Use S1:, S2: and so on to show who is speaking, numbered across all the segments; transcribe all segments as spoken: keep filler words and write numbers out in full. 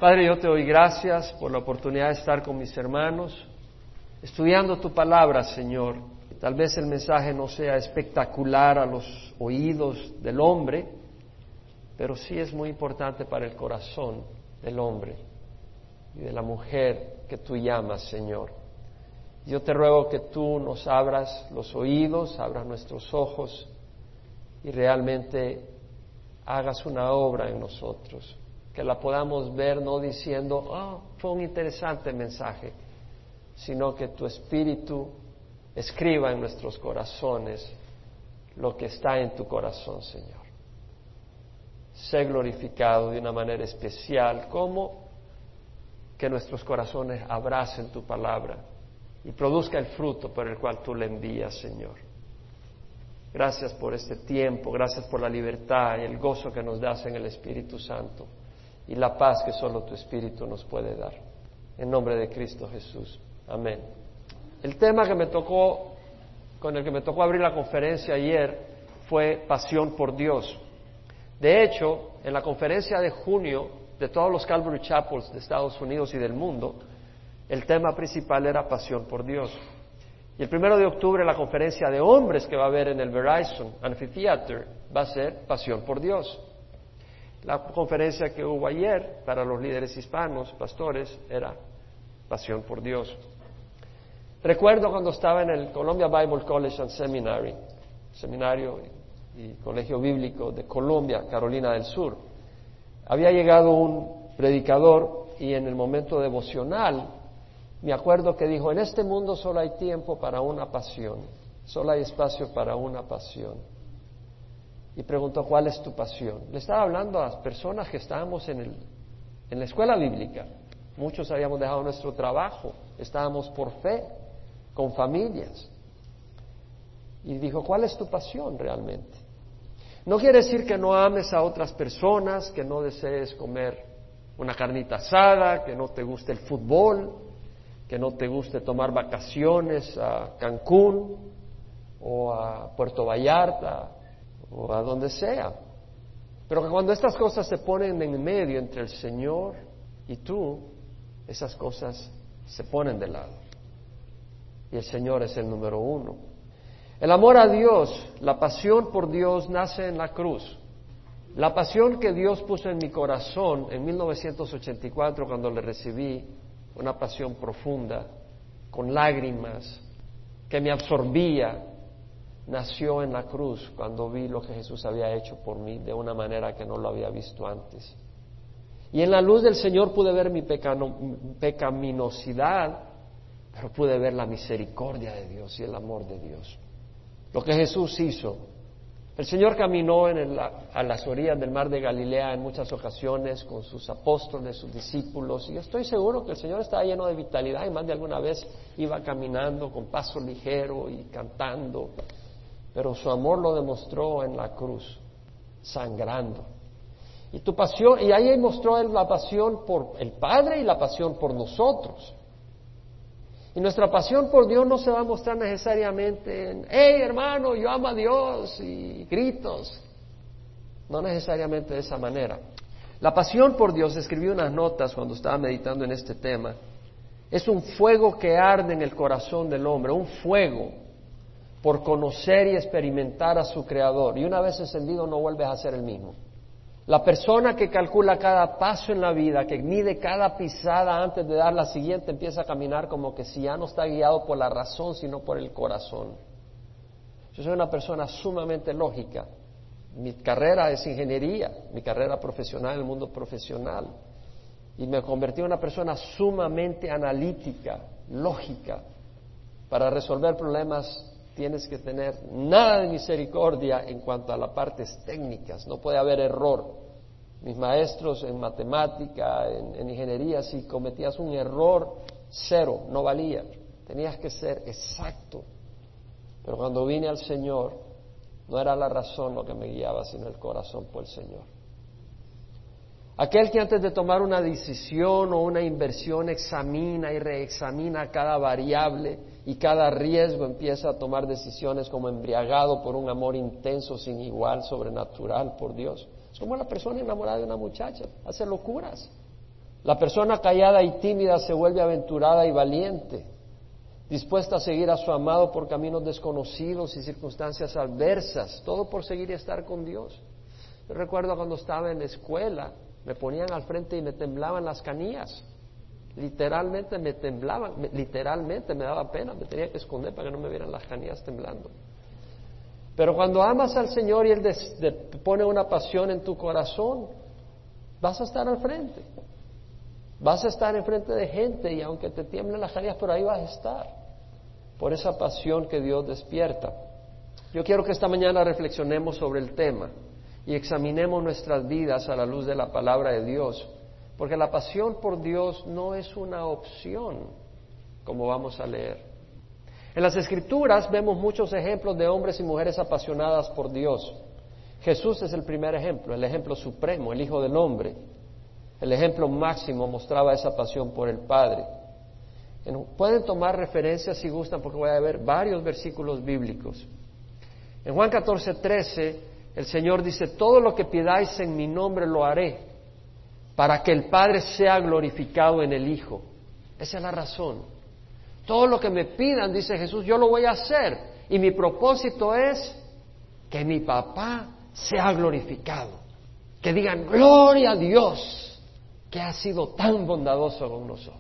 S1: Padre, yo te doy gracias por la oportunidad de estar con mis hermanos, estudiando tu palabra, Señor. Tal vez el mensaje no sea espectacular a los oídos del hombre, pero sí es muy importante para el corazón del hombre y de la mujer que tú llamas, Señor. Yo te ruego que tú nos abras los oídos, abras nuestros ojos y realmente hagas una obra en nosotros, que la podamos ver no diciendo, oh, fue un interesante mensaje, sino que tu Espíritu escriba en nuestros corazones lo que está en tu corazón, Señor. Sé glorificado de una manera especial, como que nuestros corazones abracen tu palabra y produzca el fruto por el cual tú le envías, Señor. Gracias por este tiempo, gracias por la libertad y el gozo que nos das en el Espíritu Santo y la paz que solo tu Espíritu nos puede dar. En nombre de Cristo Jesús. Amén. El tema que me tocó, con el que me tocó abrir la conferencia ayer fue pasión por Dios. De hecho, en la conferencia de junio de todos los Calvary Chapels de Estados Unidos y del mundo, el tema principal era pasión por Dios. Y el primero de octubre la conferencia de hombres que va a haber en el Verizon Amphitheater va a ser pasión por Dios. La conferencia que hubo ayer para los líderes hispanos, pastores, era pasión por Dios. Recuerdo cuando estaba en el Columbia Bible College and Seminary, seminario y colegio bíblico de Columbia, Carolina del Sur. Había llegado un predicador y en el momento devocional me acuerdo que dijo, en este mundo solo hay tiempo para una pasión, solo hay espacio para una pasión. Y preguntó, ¿cuál es tu pasión? Le estaba hablando a las personas que estábamos en, el, en la escuela bíblica. Muchos habíamos dejado nuestro trabajo, estábamos por fe, con familias. Y dijo, ¿cuál es tu pasión realmente? No quiere decir que no ames a otras personas, que no desees comer una carnita asada, que no te guste el fútbol, que no te guste tomar vacaciones a Cancún o a Puerto Vallarta o a donde sea. Pero que cuando estas cosas se ponen en medio entre el Señor y tú, esas cosas se ponen de lado. Y el Señor es el número uno. El amor a Dios, la pasión por Dios nace en la cruz. La pasión que Dios puso en mi corazón en mil novecientos ochenta y cuatro cuando le recibí, una pasión profunda, con lágrimas, que me absorbía, nació en la cruz cuando vi lo que Jesús había hecho por mí de una manera que no lo había visto antes. Y en la luz del Señor pude ver mi pecano, pecaminosidad, pero pude ver la misericordia de Dios y el amor de Dios. Lo que Jesús hizo. El Señor caminó en el, a las orillas del mar de Galilea en muchas ocasiones con sus apóstoles, sus discípulos, y estoy seguro que el Señor estaba lleno de vitalidad y más de alguna vez iba caminando con paso ligero y cantando, pero su amor lo demostró en la cruz, sangrando. Y tu pasión, y ahí mostró él la pasión por el Padre y la pasión por nosotros. Y nuestra pasión por Dios no se va a mostrar necesariamente en, hey hermano, yo amo a Dios y gritos. No necesariamente de esa manera. La pasión por Dios, escribí unas notas cuando estaba meditando en este tema, es un fuego que arde en el corazón del hombre, un fuego por conocer y experimentar a su Creador. Y una vez encendido no vuelves a ser el mismo. La persona que calcula cada paso en la vida, que mide cada pisada antes de dar la siguiente, empieza a caminar como que si ya no está guiado por la razón, sino por el corazón. Yo soy una persona sumamente lógica. Mi carrera es ingeniería, mi carrera profesional en el mundo profesional. Y me convertí en una persona sumamente analítica, lógica. Para resolver problemas tienes que tener nada de misericordia en cuanto a las partes técnicas, no puede haber error. Mis maestros en matemática, en, en ingeniería, si cometías un error, cero, no valía, tenías que ser exacto. Pero cuando vine al Señor, no era la razón lo que me guiaba, sino el corazón por el Señor. Aquel que antes de tomar una decisión o una inversión examina y reexamina cada variable y cada riesgo, empieza a tomar decisiones como embriagado por un amor intenso, sin igual, sobrenatural por Dios. Es como la persona enamorada de una muchacha, hace locuras. La persona callada y tímida se vuelve aventurada y valiente, dispuesta a seguir a su amado por caminos desconocidos y circunstancias adversas, todo por seguir y estar con Dios. Yo recuerdo cuando estaba en la escuela, me ponían al frente y me temblaban las canillas. Literalmente me temblaban, me, literalmente me daba pena, me tenía que esconder para que no me vieran las canillas temblando. Pero cuando amas al Señor y Él des, de, pone una pasión en tu corazón, vas a estar al frente. Vas a estar enfrente de gente y aunque te tiemblen las canillas, por ahí vas a estar. Por esa pasión que Dios despierta. Yo quiero que esta mañana reflexionemos sobre el tema y examinemos nuestras vidas a la luz de la palabra de Dios. Porque la pasión por Dios no es una opción, como vamos a leer. En las Escrituras vemos muchos ejemplos de hombres y mujeres apasionadas por Dios. Jesús es el primer ejemplo, el ejemplo supremo, el Hijo del Hombre. El ejemplo máximo mostraba esa pasión por el Padre. Pueden tomar referencias si gustan, porque voy a ver varios versículos bíblicos. En Juan catorce, trece, el Señor dice: todo lo que pidáis en mi nombre lo haré, para que el Padre sea glorificado en el Hijo. Esa es la razón. Todo lo que me pidan, dice Jesús, yo lo voy a hacer. Y mi propósito es que mi papá sea glorificado. Que digan, gloria a Dios, que ha sido tan bondadoso con nosotros.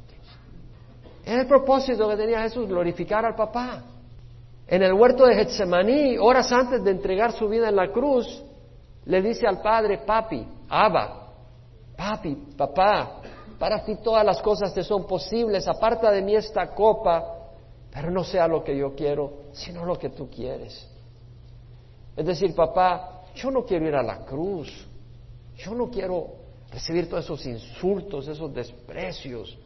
S1: Es el propósito que tenía Jesús, glorificar al papá. En el huerto de Getsemaní, horas antes de entregar su vida en la cruz, le dice al Padre, papi, Abba, papi, papá, para ti todas las cosas te son posibles, aparta de mí esta copa, pero no sea lo que yo quiero, sino lo que tú quieres. Es decir, papá, yo no quiero ir a la cruz, yo no quiero recibir todos esos insultos, esos desprecios,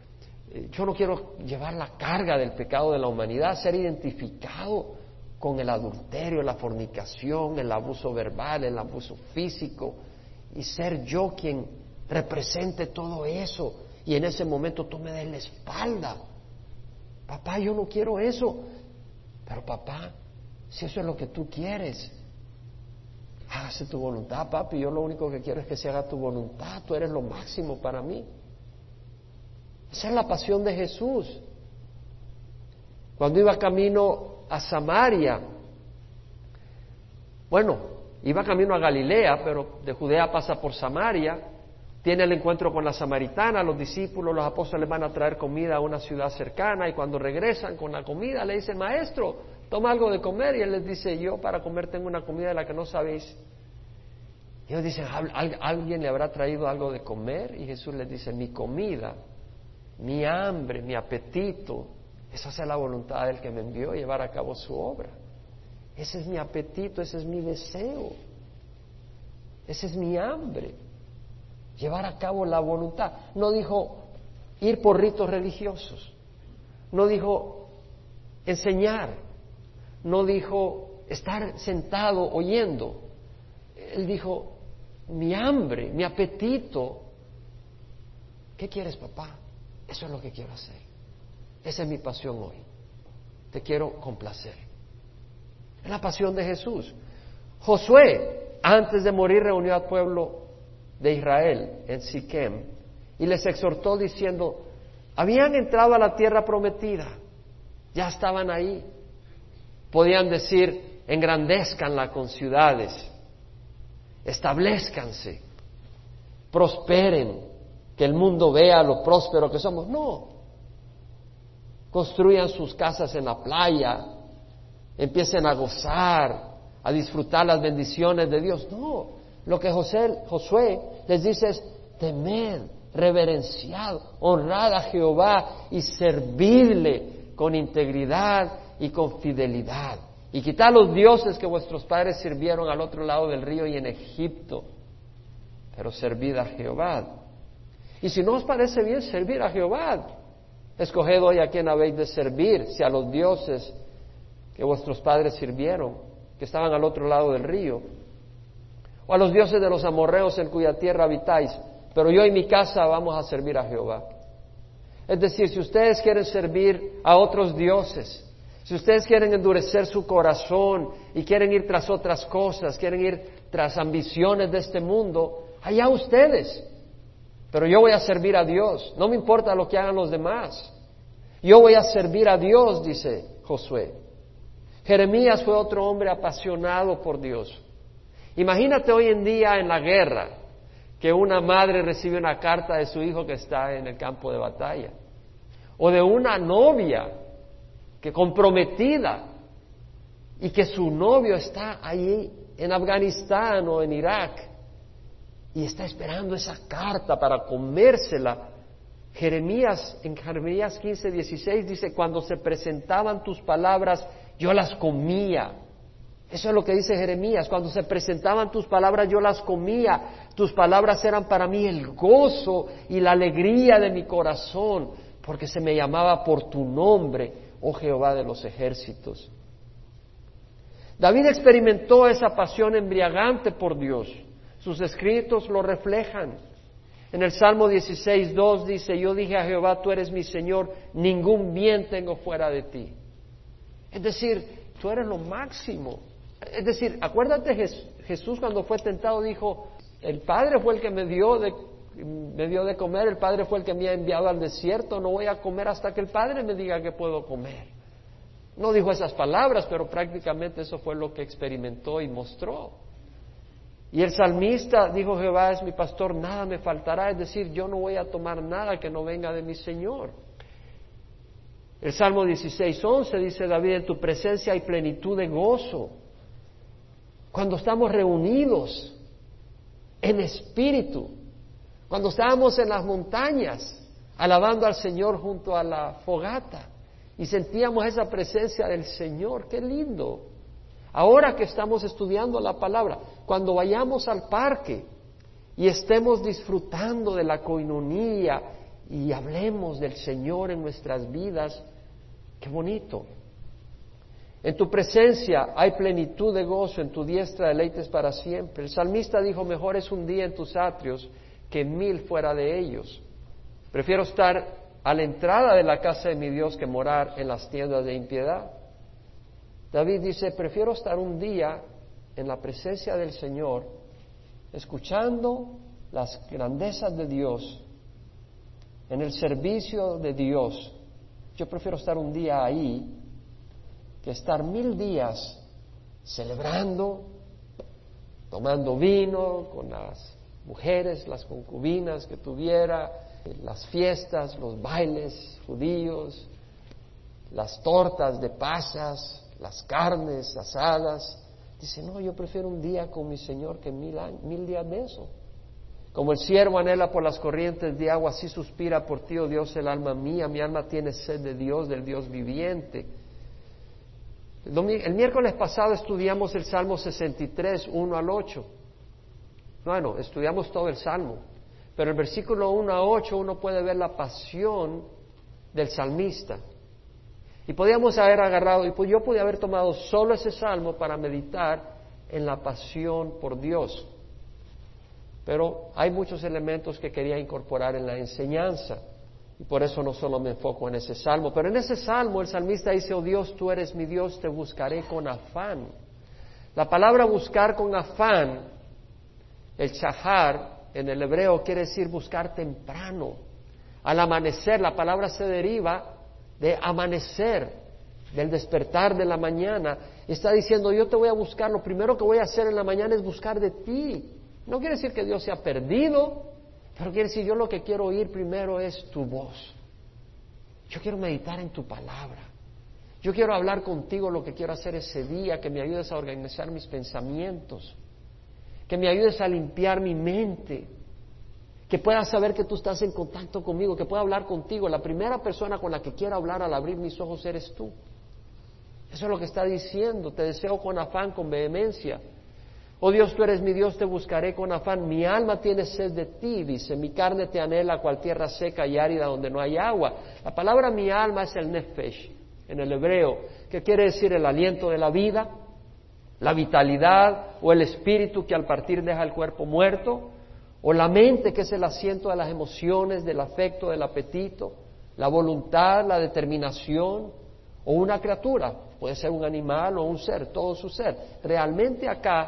S1: yo no quiero llevar la carga del pecado de la humanidad, ser identificado con el adulterio, la fornicación, el abuso verbal, el abuso físico, y ser yo quien represente todo eso, y en ese momento tú me des la espalda. Papá, yo no quiero eso, pero papá, si eso es lo que tú quieres, hágase tu voluntad, papi, yo lo único que quiero es que se haga tu voluntad, tú eres lo máximo para mí. Esa es la pasión de Jesús. Cuando iba camino a Samaria, bueno, iba camino a Galilea, pero de Judea pasa por Samaria, tiene el encuentro con la samaritana, los discípulos, los apóstoles van a traer comida a una ciudad cercana y cuando regresan con la comida le dicen, maestro, toma algo de comer, y él les dice, yo para comer tengo una comida de la que no sabéis. Y ellos dicen, ¿alguien le habrá traído algo de comer? Y Jesús les dice, mi comida, mi hambre, mi apetito, es hacer la voluntad del que me envió, llevar a cabo su obra. Ese es mi apetito, ese es mi deseo, ese es mi hambre, llevar a cabo la voluntad. No dijo ir por ritos religiosos, no dijo enseñar, no dijo estar sentado oyendo. Él dijo, mi hambre, mi apetito. ¿Qué quieres, papá? Eso es lo que quiero hacer. Esa es mi pasión hoy. Te quiero complacer. Es la pasión de Jesús. Josué, antes de morir, reunió al pueblo de Israel en Siquem y les exhortó diciendo, habían entrado a la tierra prometida, ya estaban ahí. Podían decir, engrandézcanla con ciudades, establezcanse, prosperen, que el mundo vea lo próspero que somos. No, construyan sus casas en la playa, empiecen a gozar, a disfrutar las bendiciones de Dios. No, lo que José, Josué les dice es, temed, reverenciad, honrad a Jehová y servidle con integridad y con fidelidad. Y quitad los dioses que vuestros padres sirvieron al otro lado del río y en Egipto, pero servid a Jehová. Y si no os parece bien servir a Jehová, escoged hoy a quién habéis de servir, si a los dioses que vuestros padres sirvieron, que estaban al otro lado del río, o a los dioses de los amorreos en cuya tierra habitáis, pero yo y mi casa vamos a servir a Jehová. Es decir, si ustedes quieren servir a otros dioses, si ustedes quieren endurecer su corazón y quieren ir tras otras cosas, quieren ir tras ambiciones de este mundo, allá ustedes. pero yo voy a servir a Dios, no me importa lo que hagan los demás. Yo voy a servir a Dios, dice Josué. Jeremías fue otro hombre apasionado por Dios. Imagínate hoy en día en la guerra, que una madre recibe una carta de su hijo que está en el campo de batalla, o de una novia que comprometida y que su novio está allí en Afganistán o en Irak y está esperando esa carta para comérsela. Jeremías, en Jeremías quince, dieciséis dice, cuando se presentaban tus palabras, yo las comía. Eso es lo que dice Jeremías, cuando se presentaban tus palabras, yo las comía. Tus palabras eran para mí el gozo y la alegría de mi corazón, porque se me llamaba por tu nombre, oh Jehová de los ejércitos. David experimentó esa pasión embriagante por Dios. Sus escritos lo reflejan. En el Salmo dieciséis, dos dice, yo dije a Jehová, tú eres mi Señor, ningún bien tengo fuera de ti. Es decir, tú eres lo máximo. Es decir, acuérdate, Jesús cuando fue tentado dijo, el Padre fue el que me dio de, me dio de comer, el Padre fue el que me ha enviado al desierto, no voy a comer hasta que el Padre me diga que puedo comer. No dijo esas palabras, pero prácticamente eso fue lo que experimentó y mostró. Y el salmista dijo, Jehová es mi pastor, nada me faltará, es decir, yo no voy a tomar nada que no venga de mi Señor. El Salmo dieciséis, once dice David, en tu presencia hay plenitud de gozo. Cuando estamos reunidos en espíritu, cuando estábamos en las montañas, alabando al Señor junto a la fogata, y sentíamos esa presencia del Señor, qué lindo. Ahora que estamos estudiando la palabra, cuando vayamos al parque y estemos disfrutando de la coinonía y hablemos del Señor en nuestras vidas, qué bonito. En tu presencia hay plenitud de gozo, en tu diestra deleites para siempre. El salmista dijo, mejor es un día en tus atrios que mil fuera de ellos. Prefiero estar a la entrada de la casa de mi Dios que morar en las tiendas de impiedad. David dice, prefiero estar un día en la presencia del Señor, escuchando las grandezas de Dios, en el servicio de Dios. Yo prefiero estar un día ahí que estar mil días celebrando, tomando vino con las mujeres, las concubinas que tuviera, las fiestas, los bailes judíos, las tortas de pasas, las carnes asadas. Dice, no, yo prefiero un día con mi Señor que mil, años, mil días de eso. Como el siervo anhela por las corrientes de agua, así suspira por ti, oh Dios, el alma mía. Mi alma tiene sed de Dios, del Dios viviente. El, domingo, el miércoles pasado estudiamos el Salmo sesenta y tres, uno al ocho. Bueno, estudiamos todo el Salmo, pero el versículo uno a ocho uno puede ver la pasión del salmista. Y podíamos haber agarrado, y pues yo pude haber tomado solo ese salmo para meditar en la pasión por Dios. Pero hay muchos elementos que quería incorporar en la enseñanza, y por eso no solo me enfoco en ese salmo. Pero en ese salmo el salmista dice, oh Dios, tú eres mi Dios, te buscaré con afán. La palabra buscar con afán, el shahar, en el hebreo quiere decir buscar temprano. Al amanecer, la palabra se deriva de amanecer, del despertar de la mañana. Está diciendo, yo te voy a buscar, lo primero que voy a hacer en la mañana es buscar de ti. No quiere decir que Dios se ha perdido, pero quiere decir, yo lo que quiero oír primero es tu voz. Yo quiero meditar en tu palabra. Yo quiero hablar contigo, lo que quiero hacer ese día, que me ayudes a organizar mis pensamientos, que me ayudes a limpiar mi mente, que pueda saber que tú estás en contacto conmigo, que pueda hablar contigo. La primera persona con la que quiero hablar al abrir mis ojos eres tú. Eso es lo que está diciendo. Te deseo con afán, con vehemencia. Oh Dios, tú eres mi Dios, te buscaré con afán. Mi alma tiene sed de ti, dice. Mi carne te anhela cual tierra seca y árida donde no hay agua. La palabra mi alma es el nefesh, en el hebreo, que quiere decir el aliento de la vida, la vitalidad o el espíritu que al partir deja el cuerpo muerto, o la mente, que es el asiento de las emociones, del afecto, del apetito, la voluntad, la determinación, o una criatura, puede ser un animal o un ser, todo su ser. Realmente acá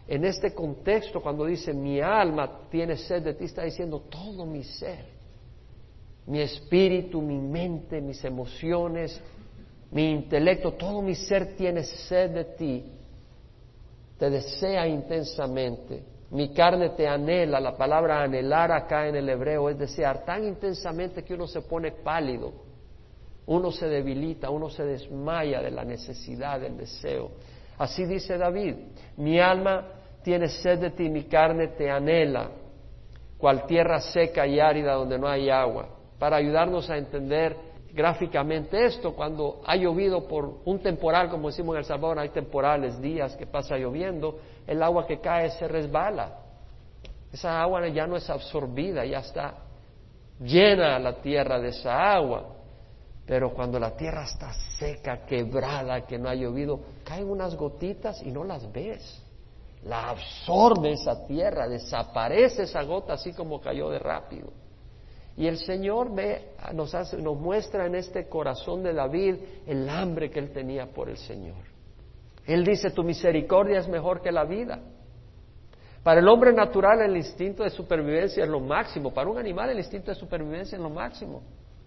S1: en este contexto, cuando dice mi alma tiene sed de ti, está diciendo todo mi ser, mi espíritu, mi mente, mis emociones, mi intelecto, todo mi ser tiene sed de ti, te desea intensamente. Mi carne te anhela. La palabra anhelar acá en el hebreo es desear tan intensamente que uno se pone pálido, uno se debilita, uno se desmaya de la necesidad, del deseo. Así dice David, mi alma tiene sed de ti, mi carne te anhela, cual tierra seca y árida donde no hay agua. Para ayudarnos a entender gráficamente esto, cuando ha llovido por un temporal, como decimos en El Salvador, hay temporales, días que pasa lloviendo, el agua que cae se resbala. Esa agua ya no es absorbida, ya está llena la tierra de esa agua. Pero cuando la tierra está seca, quebrada, que no ha llovido, caen unas gotitas y no las ves. La absorbe esa tierra, desaparece esa gota así como cayó de rápido. Y el Señor ve, nos hace, nos muestra en este corazón de David el hambre que él tenía por el Señor. Él dice, tu misericordia es mejor que la vida. Para el hombre natural el instinto de supervivencia es lo máximo. Para un animal el instinto de supervivencia es lo máximo.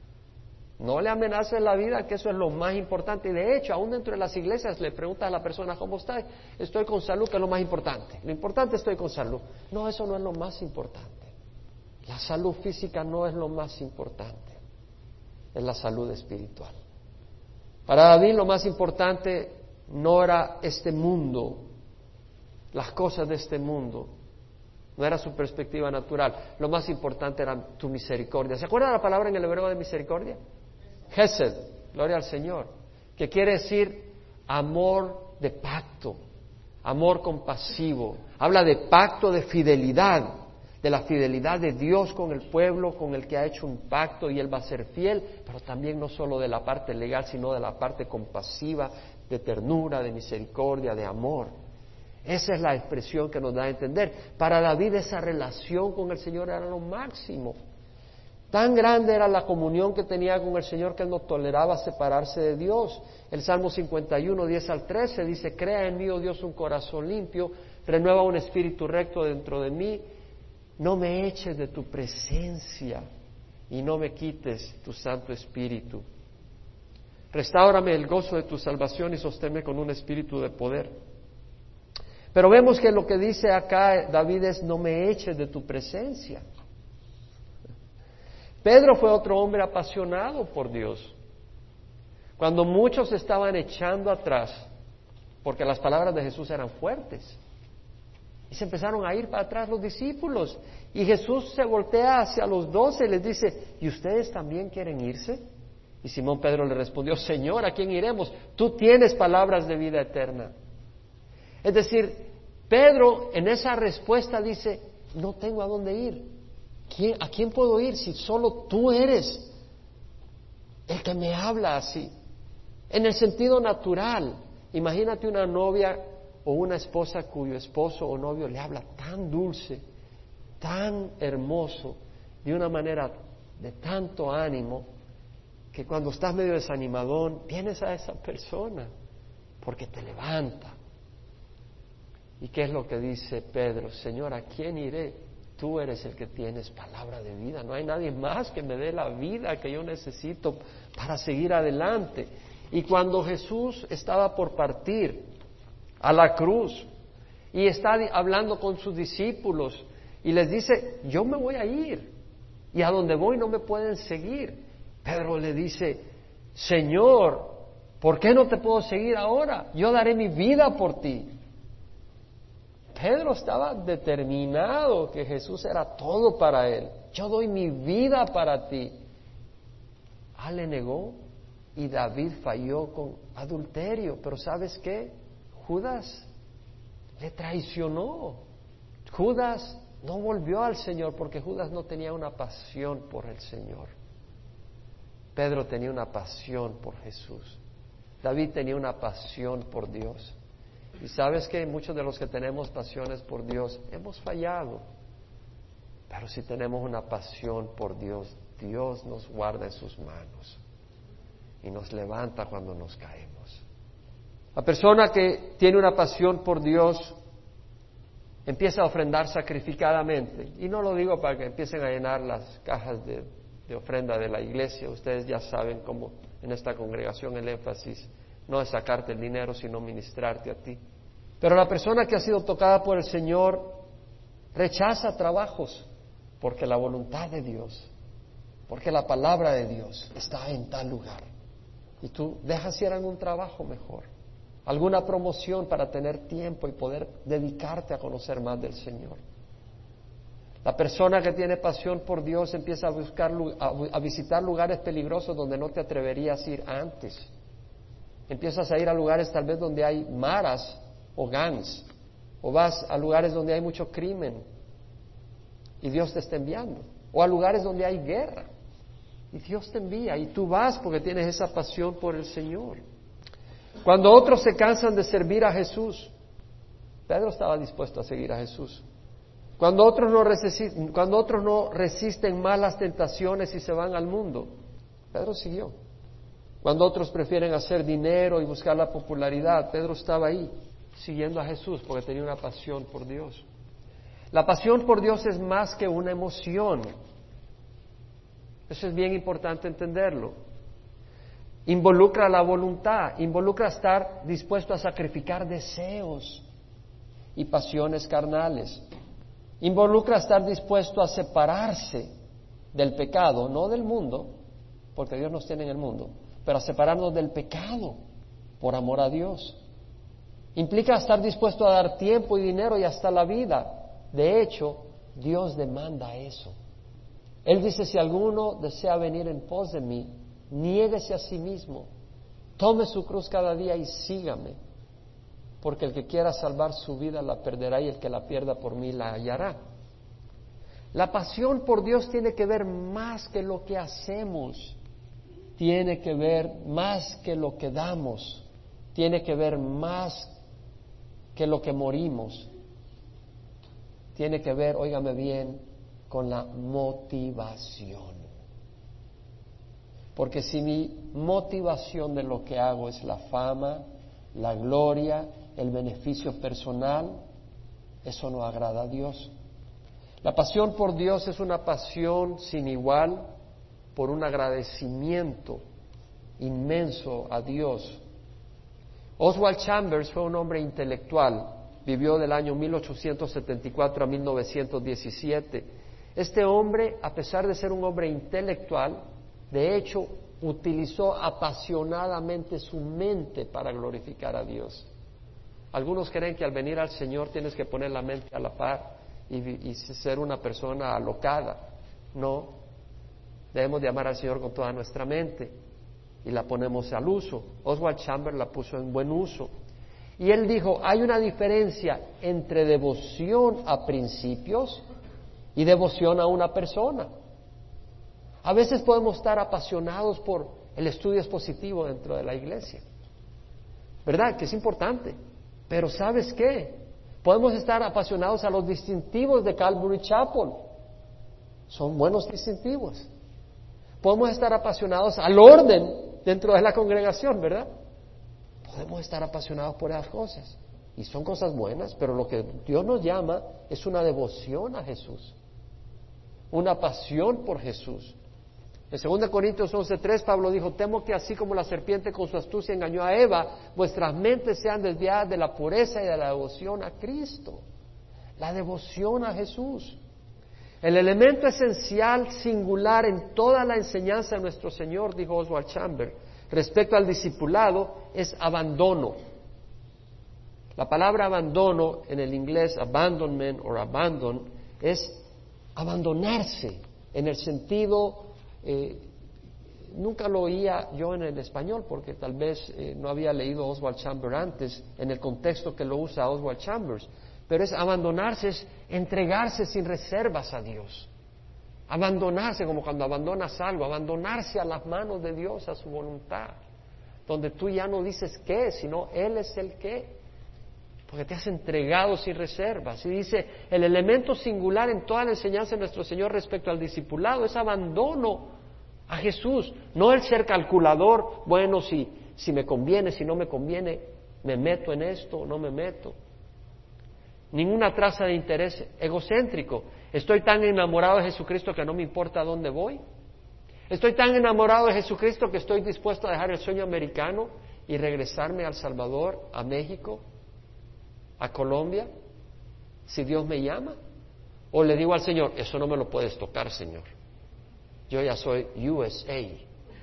S1: No le amenaces la vida, que eso es lo más importante. Y de hecho, aún dentro de las iglesias le preguntas a la persona, ¿cómo está? Estoy con salud, que es lo más importante. Lo importante es estoy con salud. No, eso no es lo más importante. La salud física no es lo más importante. Es la salud espiritual. Para David lo más importante no era este mundo, las cosas de este mundo. No era su perspectiva natural. Lo más importante era tu misericordia. ¿Se acuerdan la palabra en el hebreo de misericordia? Gesed, gloria al Señor, que quiere decir amor de pacto, amor compasivo. Habla de pacto de fidelidad, de la fidelidad de Dios con el pueblo con el que ha hecho un pacto y Él va a ser fiel, pero también no solo de la parte legal, sino de la parte compasiva, de ternura, de misericordia, de amor. Esa es la expresión que nos da a entender. Para David esa relación con el Señor era lo máximo. Tan grande era la comunión que tenía con el Señor que él no toleraba separarse de Dios. El Salmo cincuenta y uno, diez al trece dice, crea en mí, oh Dios, un corazón limpio, renueva un espíritu recto dentro de mí, no me eches de tu presencia y no me quites tu Santo Espíritu. Restáurame el gozo de tu salvación y sosténme con un espíritu de poder. Pero vemos que lo que dice acá David es, no me eches de tu presencia. Pedro fue otro hombre apasionado por Dios. Cuando muchos estaban echando atrás, porque las palabras de Jesús eran fuertes, y se empezaron a ir para atrás los discípulos, y Jesús se voltea hacia los doce y les dice, ¿y ustedes también quieren irse? Y Simón Pedro le respondió, Señor, ¿a quién iremos? Tú tienes palabras de vida eterna. Es decir, Pedro en esa respuesta dice, no tengo a dónde ir. ¿Quién, ¿A quién puedo ir si solo tú eres el que me habla así? En el sentido natural, imagínate una novia o una esposa cuyo esposo o novio le habla tan dulce, tan hermoso, de una manera de tanto ánimo, que cuando estás medio desanimadón, vienes a esa persona porque te levanta. ¿Y qué es lo que dice Pedro? Señor, ¿a quién iré? Tú eres el que tienes palabra de vida. No hay nadie más que me dé la vida que yo necesito para seguir adelante. Y cuando Jesús estaba por partir a la cruz y está hablando con sus discípulos y les dice, yo me voy a ir y a donde voy no me pueden seguir. Pedro le dice, Señor, ¿por qué no te puedo seguir ahora? Yo daré mi vida por ti. Pedro estaba determinado que Jesús era todo para él. Yo doy mi vida para ti. Ah, le negó y David falló con adulterio. Pero ¿sabes qué? Judas le traicionó. Judas no volvió al Señor porque Judas no tenía una pasión por el Señor. Pedro tenía una pasión por Jesús. David tenía una pasión por Dios. Y sabes que muchos de los que tenemos pasiones por Dios hemos fallado, pero si tenemos una pasión por Dios, Dios nos guarda en sus manos y nos levanta cuando nos caemos. La persona que tiene una pasión por Dios empieza a ofrendar sacrificadamente. Y no lo digo para que empiecen a llenar las cajas de, de ofrenda de la iglesia. Ustedes ya saben cómo en esta congregación el énfasis no es sacarte el dinero, sino ministrarte a ti. Pero la persona que ha sido tocada por el Señor rechaza trabajos porque la voluntad de Dios, porque la palabra de Dios está en tal lugar. Y tú dejas ir a algún trabajo mejor, alguna promoción para tener tiempo y poder dedicarte a conocer más del Señor. La persona que tiene pasión por Dios empieza a buscar, a visitar lugares peligrosos donde no te atreverías a ir antes. Empiezas a ir a lugares tal vez donde hay maras o gangs, o vas a lugares donde hay mucho crimen y Dios te está enviando, o a lugares donde hay guerra y Dios te envía y tú vas porque tienes esa pasión por el Señor. Cuando otros se cansan de servir a Jesús, Pedro estaba dispuesto a seguir a Jesús. Cuando otros no resisten, cuando otros no resisten más las tentaciones y se van al mundo, Pedro siguió. Cuando otros prefieren hacer dinero y buscar la popularidad, Pedro estaba ahí siguiendo a Jesús porque tenía una pasión por Dios. La pasión por Dios es más que una emoción. Eso es bien importante entenderlo. Involucra la voluntad, involucra estar dispuesto a sacrificar deseos y pasiones carnales. Involucra estar dispuesto a separarse del pecado, no del mundo, porque Dios nos tiene en el mundo, pero a separarnos del pecado por amor a Dios. Implica estar dispuesto a dar tiempo y dinero y hasta la vida. De hecho, Dios demanda eso. Él dice, si alguno desea venir en pos de mí, niéguese a sí mismo, tome su cruz cada día y sígame, porque el que quiera salvar su vida la perderá y el que la pierda por mí la hallará. La pasión por Dios tiene que ver más que lo que hacemos, tiene que ver más que lo que damos, tiene que ver más que lo que morimos, tiene que ver, óigame bien, con la motivación. Porque si mi motivación de lo que hago es la fama, la gloria, el beneficio personal, eso no agrada a Dios. La pasión por Dios es una pasión sin igual por un agradecimiento inmenso a Dios. Oswald Chambers fue un hombre intelectual, vivió del año mil ochocientos setenta y cuatro a mil novecientos diecisiete. Este hombre, a pesar de ser un hombre intelectual, de hecho, utilizó apasionadamente su mente para glorificar a Dios. Algunos creen que al venir al Señor tienes que poner la mente a la par y, y ser una persona alocada. No, debemos de amar al Señor con toda nuestra mente y la ponemos al uso. Oswald Chambers la puso en buen uso. Y él dijo, hay una diferencia entre devoción a principios y devoción a una persona. A veces podemos estar apasionados por el estudio expositivo dentro de la iglesia, ¿verdad? Que es importante. Pero ¿sabes qué? Podemos estar apasionados a los distintivos de Calvary Chapel. Son buenos distintivos. Podemos estar apasionados al orden dentro de la congregación, ¿verdad? Podemos estar apasionados por esas cosas. Y son cosas buenas, pero lo que Dios nos llama es una devoción a Jesús. Una pasión por Jesús. En segunda Corintios once tres, Pablo dijo, temo que así como la serpiente con su astucia engañó a Eva, vuestras mentes sean desviadas de la pureza y de la devoción a Cristo. La devoción a Jesús. El elemento esencial, singular en toda la enseñanza de nuestro Señor, dijo Oswald Chambers, respecto al discipulado, es abandono. La palabra abandono en el inglés, abandonment o abandon, es abandonarse en el sentido... Eh, nunca lo oía yo en el español porque tal vez eh, no había leído Oswald Chambers antes en el contexto que lo usa Oswald Chambers, pero es abandonarse, es entregarse sin reservas a Dios, abandonarse como cuando abandonas algo, abandonarse a las manos de Dios, a su voluntad, donde tú ya no dices qué, sino Él es el qué, porque te has entregado sin reservas. Y dice, el elemento singular en toda la enseñanza de nuestro Señor respecto al discipulado es abandono a Jesús, no el ser calculador, bueno, si, si me conviene, si no me conviene, me meto en esto o no me meto. ninguna traza de interés egocéntrico. Estoy tan enamorado de Jesucristo que no me importa a dónde voy. Estoy tan enamorado de Jesucristo que estoy dispuesto a dejar el sueño americano y regresarme a El Salvador, a México, a Colombia, si Dios me llama. O le digo al Señor, eso no me lo puedes tocar, Señor. Yo ya soy U S A.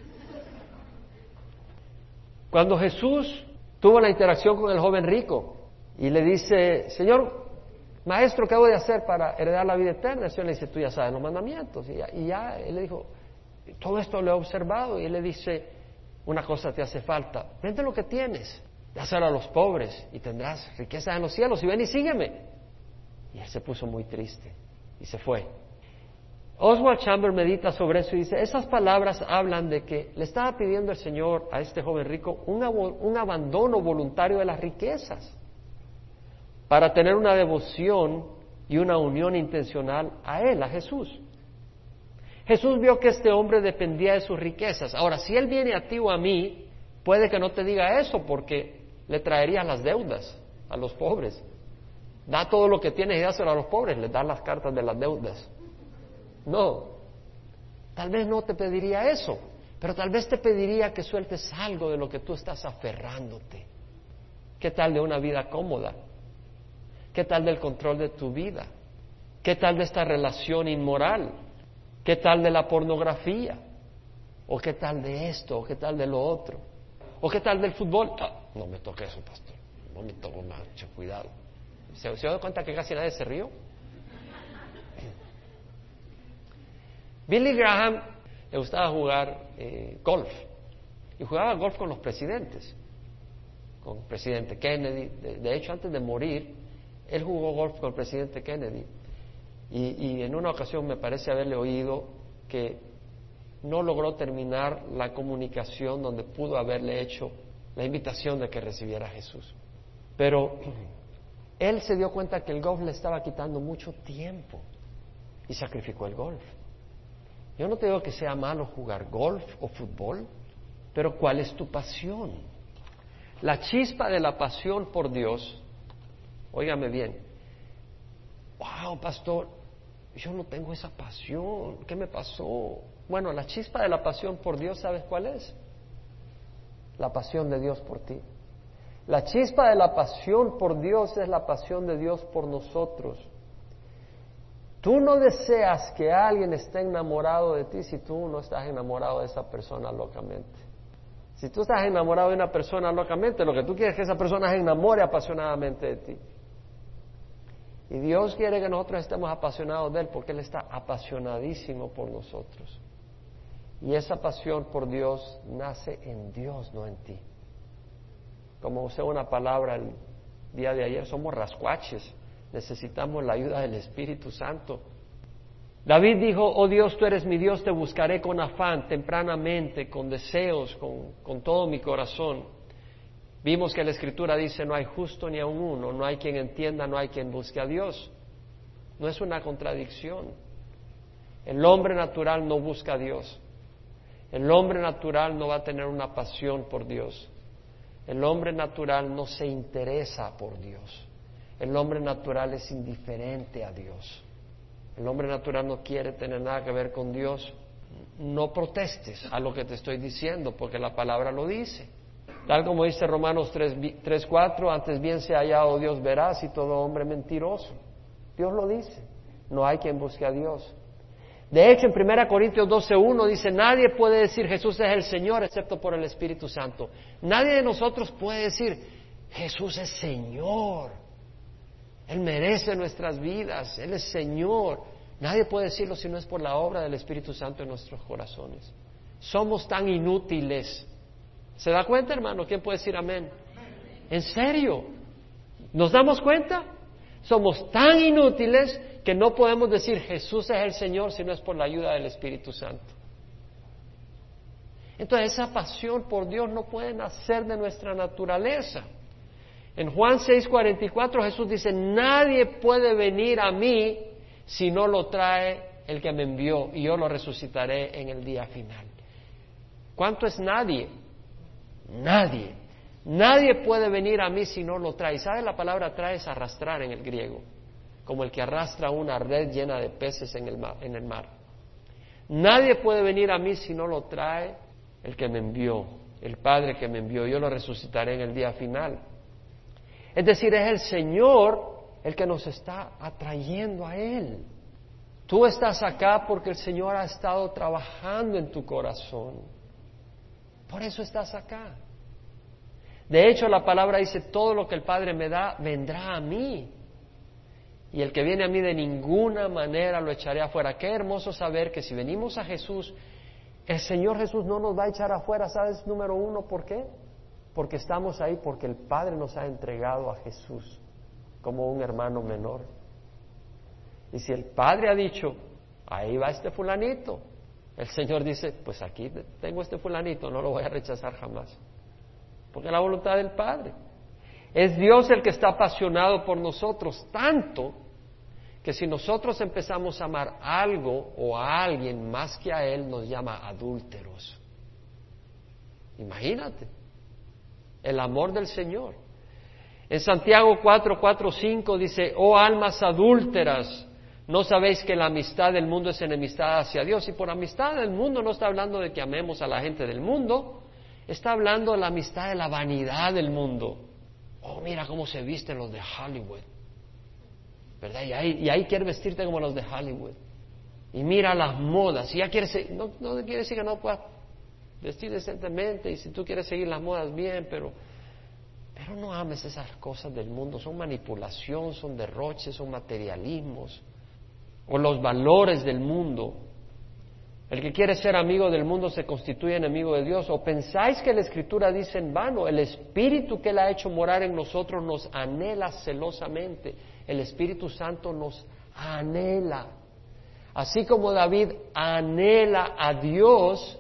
S1: Cuando Jesús tuvo la interacción con el joven rico y le dice, Señor, Maestro, ¿qué debo de hacer para heredar la vida eterna? El Señor le dice, tú ya sabes los mandamientos. Y ya, y ya él le dijo, todo esto lo he observado. Y él le dice, una cosa te hace falta, vende lo que tienes, dáselo a los pobres y tendrás riquezas en los cielos, y ven y sígueme. Y él se puso muy triste y se fue. Oswald Chambers medita sobre eso y dice, esas palabras hablan de que le estaba pidiendo el Señor a este joven rico un, ab- un abandono voluntario de las riquezas para tener una devoción y una unión intencional a Él, a Jesús. Jesús vio que este hombre dependía de sus riquezas. Ahora, si Él viene a ti o a mí, puede que no te diga eso porque le traerías las deudas a los pobres. Da todo lo que tienes y dáselo a los pobres, les das las cartas de las deudas. No, tal vez no te pediría eso, pero tal vez te pediría que sueltes algo de lo que tú estás aferrándote. ¿Qué tal de una vida cómoda? ¿Qué tal del control de tu vida? ¿Qué tal de esta relación inmoral? ¿Qué tal de la pornografía? ¿O qué tal de esto? ¿O qué tal de lo otro? ¿O qué tal del fútbol? Ah, no me toque eso, pastor. No me toque mucho, cuidado. ¿Se, ¿Se da cuenta que casi nadie se rió? Billy Graham le gustaba jugar eh, golf. Y jugaba golf con los presidentes. Con el presidente Kennedy. De, de hecho, antes de morir, él jugó golf con el presidente Kennedy. Y, y en una ocasión me parece haberle oído que no logró terminar la comunicación donde pudo haberle hecho la invitación de que recibiera a Jesús. Pero él se dio cuenta que el golf le estaba quitando mucho tiempo y sacrificó el golf. Yo no te digo que sea malo jugar golf o fútbol, pero ¿cuál es tu pasión? La chispa de la pasión por Dios, óigame bien, wow, pastor, yo no tengo esa pasión, ¿qué me pasó? Bueno, la chispa de la pasión por Dios, ¿sabes cuál es? La pasión de Dios por ti. La chispa de la pasión por Dios es la pasión de Dios por nosotros. Tú no deseas que alguien esté enamorado de ti si tú no estás enamorado de esa persona locamente. Si tú estás enamorado de una persona locamente, lo que tú quieres es que esa persona se enamore apasionadamente de ti. Y Dios quiere que nosotros estemos apasionados de Él porque Él está apasionadísimo por nosotros. Y esa pasión por Dios nace en Dios, no en ti. Como usé una palabra el día de ayer, somos rascuaches. Necesitamos la ayuda del Espíritu Santo. David dijo, oh Dios, tú eres mi Dios, te buscaré con afán, tempranamente, con deseos, con, con todo mi corazón. Vimos que la Escritura dice, no hay justo ni aun uno, no hay quien entienda, no hay quien busque a Dios. No es una contradicción. El hombre natural no busca a Dios. El hombre natural no va a tener una pasión por Dios. El hombre natural no se interesa por Dios. El hombre natural es indiferente a Dios. El hombre natural no quiere tener nada que ver con Dios. No protestes a lo que te estoy diciendo, porque la palabra lo dice. Tal como dice Romanos tres cuatro, antes bien se ha hallado Dios veraz y todo hombre mentiroso. Dios lo dice. No hay quien busque a Dios. De hecho, en primera Corintios doce uno dice, nadie puede decir Jesús es el Señor excepto por el Espíritu Santo. Nadie de nosotros puede decir Jesús es Señor. Él merece nuestras vidas, Él es Señor. Nadie puede decirlo si no es por la obra del Espíritu Santo en nuestros corazones. Somos tan inútiles. ¿Se da cuenta, hermano? ¿Quién puede decir amén? ¿En serio? ¿Nos damos cuenta? Somos tan inútiles que no podemos decir Jesús es el Señor si no es por la ayuda del Espíritu Santo. Entonces esa pasión por Dios no puede nacer de nuestra naturaleza. En Juan seis cuarenta y cuatro Jesús dice, nadie puede venir a mí si no lo trae el que me envió y yo lo resucitaré en el día final. ¿Cuánto es nadie? Nadie. Nadie puede venir a mí si no lo trae. ¿Sabe la palabra trae? Es arrastrar en el griego, como el que arrastra una red llena de peces en el mar. En el mar. Nadie puede venir a mí si no lo trae el que me envió, el Padre que me envió. Yo lo resucitaré en el día final. Es decir, es el Señor el que nos está atrayendo a Él. Tú estás acá porque el Señor ha estado trabajando en tu corazón. Por eso estás acá. De hecho, la palabra dice, todo lo que el Padre me da, vendrá a mí. Y el que viene a mí de ninguna manera lo echaré afuera. Qué hermoso saber que si venimos a Jesús, el Señor Jesús no nos va a echar afuera. ¿Sabes, número uno, por qué? Porque estamos ahí, porque el Padre nos ha entregado a Jesús como un hermano menor. Y si el Padre ha dicho, ahí va este fulanito, el Señor dice, pues aquí tengo este fulanito, no lo voy a rechazar jamás. Porque es la voluntad del Padre. Es Dios el que está apasionado por nosotros, tanto que si nosotros empezamos a amar algo o a alguien más que a Él, nos llama adúlteros. Imagínate, el amor del Señor. En Santiago cuatro, cuatro, cinco dice, oh almas adúlteras, ¿no sabéis que la amistad del mundo es enemistad hacia Dios? Y por amistad del mundo no está hablando de que amemos a la gente del mundo, está hablando de la amistad de la vanidad del mundo. Oh, mira cómo se visten los de Hollywood, ¿verdad? Y ahí, y ahí quiere vestirte como los de Hollywood. Y mira las modas, y ya quieres, no, no quiere decir que no puedas vestir decentemente, y si tú quieres seguir las modas, bien, pero, pero no ames esas cosas del mundo, son manipulación, son derroches, son materialismos, o los valores del mundo. El que quiere ser amigo del mundo se constituye enemigo de Dios. ¿O pensáis que la Escritura dice en vano? El Espíritu que Él ha hecho morar en nosotros nos anhela celosamente. El Espíritu Santo nos anhela. Así como David anhela a Dios,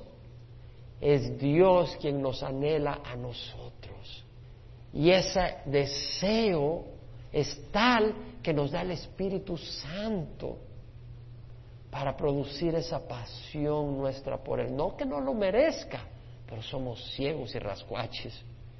S1: es Dios quien nos anhela a nosotros. Y ese deseo es tal que nos da el Espíritu Santo para producir esa pasión nuestra por Él. No que no lo merezca, pero somos ciegos y rascuaches.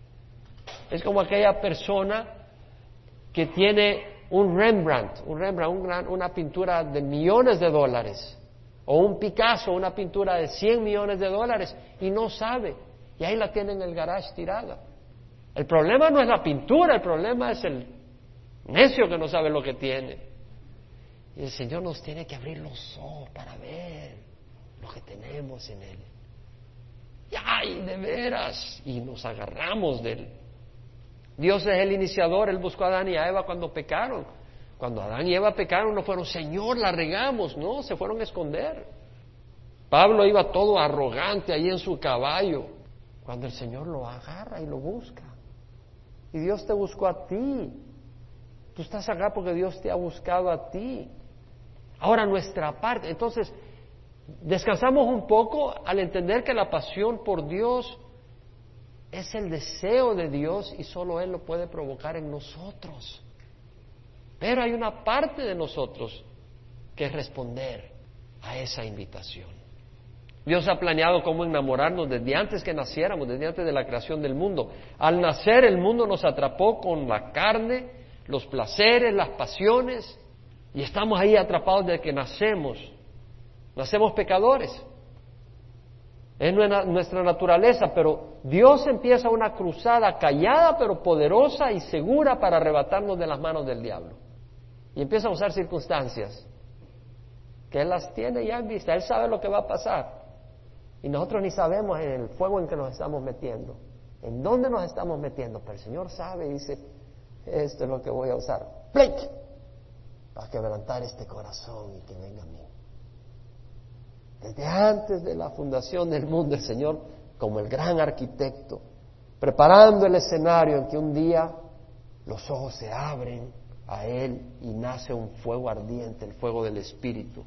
S1: Es como aquella persona que tiene un Rembrandt, un Rembrandt, un gran, una pintura de millones de dólares, o un Picasso, una pintura de cien millones de dólares, y no sabe, y ahí la tiene en el garage tirada. El problema no es la pintura, el problema es el necio que no sabe lo que tiene. Y el Señor nos tiene que abrir los ojos para ver lo que tenemos en Él. Y ¡ay, de veras! Y nos agarramos de Él. Dios es el iniciador. Él buscó a Adán y a Eva cuando pecaron. Cuando Adán y Eva pecaron no fueron, Señor, la regamos. No, se fueron a esconder. Pablo iba todo arrogante ahí en su caballo, cuando el Señor lo agarra y lo busca. Y Dios te buscó a ti. Tú estás acá porque Dios te ha buscado a ti. Ahora nuestra parte, entonces, descansamos un poco al entender que la pasión por Dios es el deseo de Dios y solo Él lo puede provocar en nosotros. Pero hay una parte de nosotros que es responder a esa invitación. Dios ha planeado cómo enamorarnos desde antes que naciéramos, desde antes de la creación del mundo. Al nacer el mundo nos atrapó con la carne, los placeres, las pasiones, y estamos ahí atrapados desde que nacemos. Nacemos pecadores. Es nuestra naturaleza, pero Dios empieza una cruzada callada pero poderosa y segura para arrebatarnos de las manos del diablo. Y empieza a usar circunstancias que Él las tiene ya en vista. Él sabe lo que va a pasar. Y nosotros ni sabemos en el fuego en que nos estamos metiendo, en dónde nos estamos metiendo, pero el Señor sabe y dice, esto es lo que voy a usar, ¡plink!, para quebrantar este corazón y que venga a mí. Desde antes de la fundación del mundo, el Señor, como el gran arquitecto, preparando el escenario en que un día los ojos se abren a Él y nace un fuego ardiente, el fuego del Espíritu.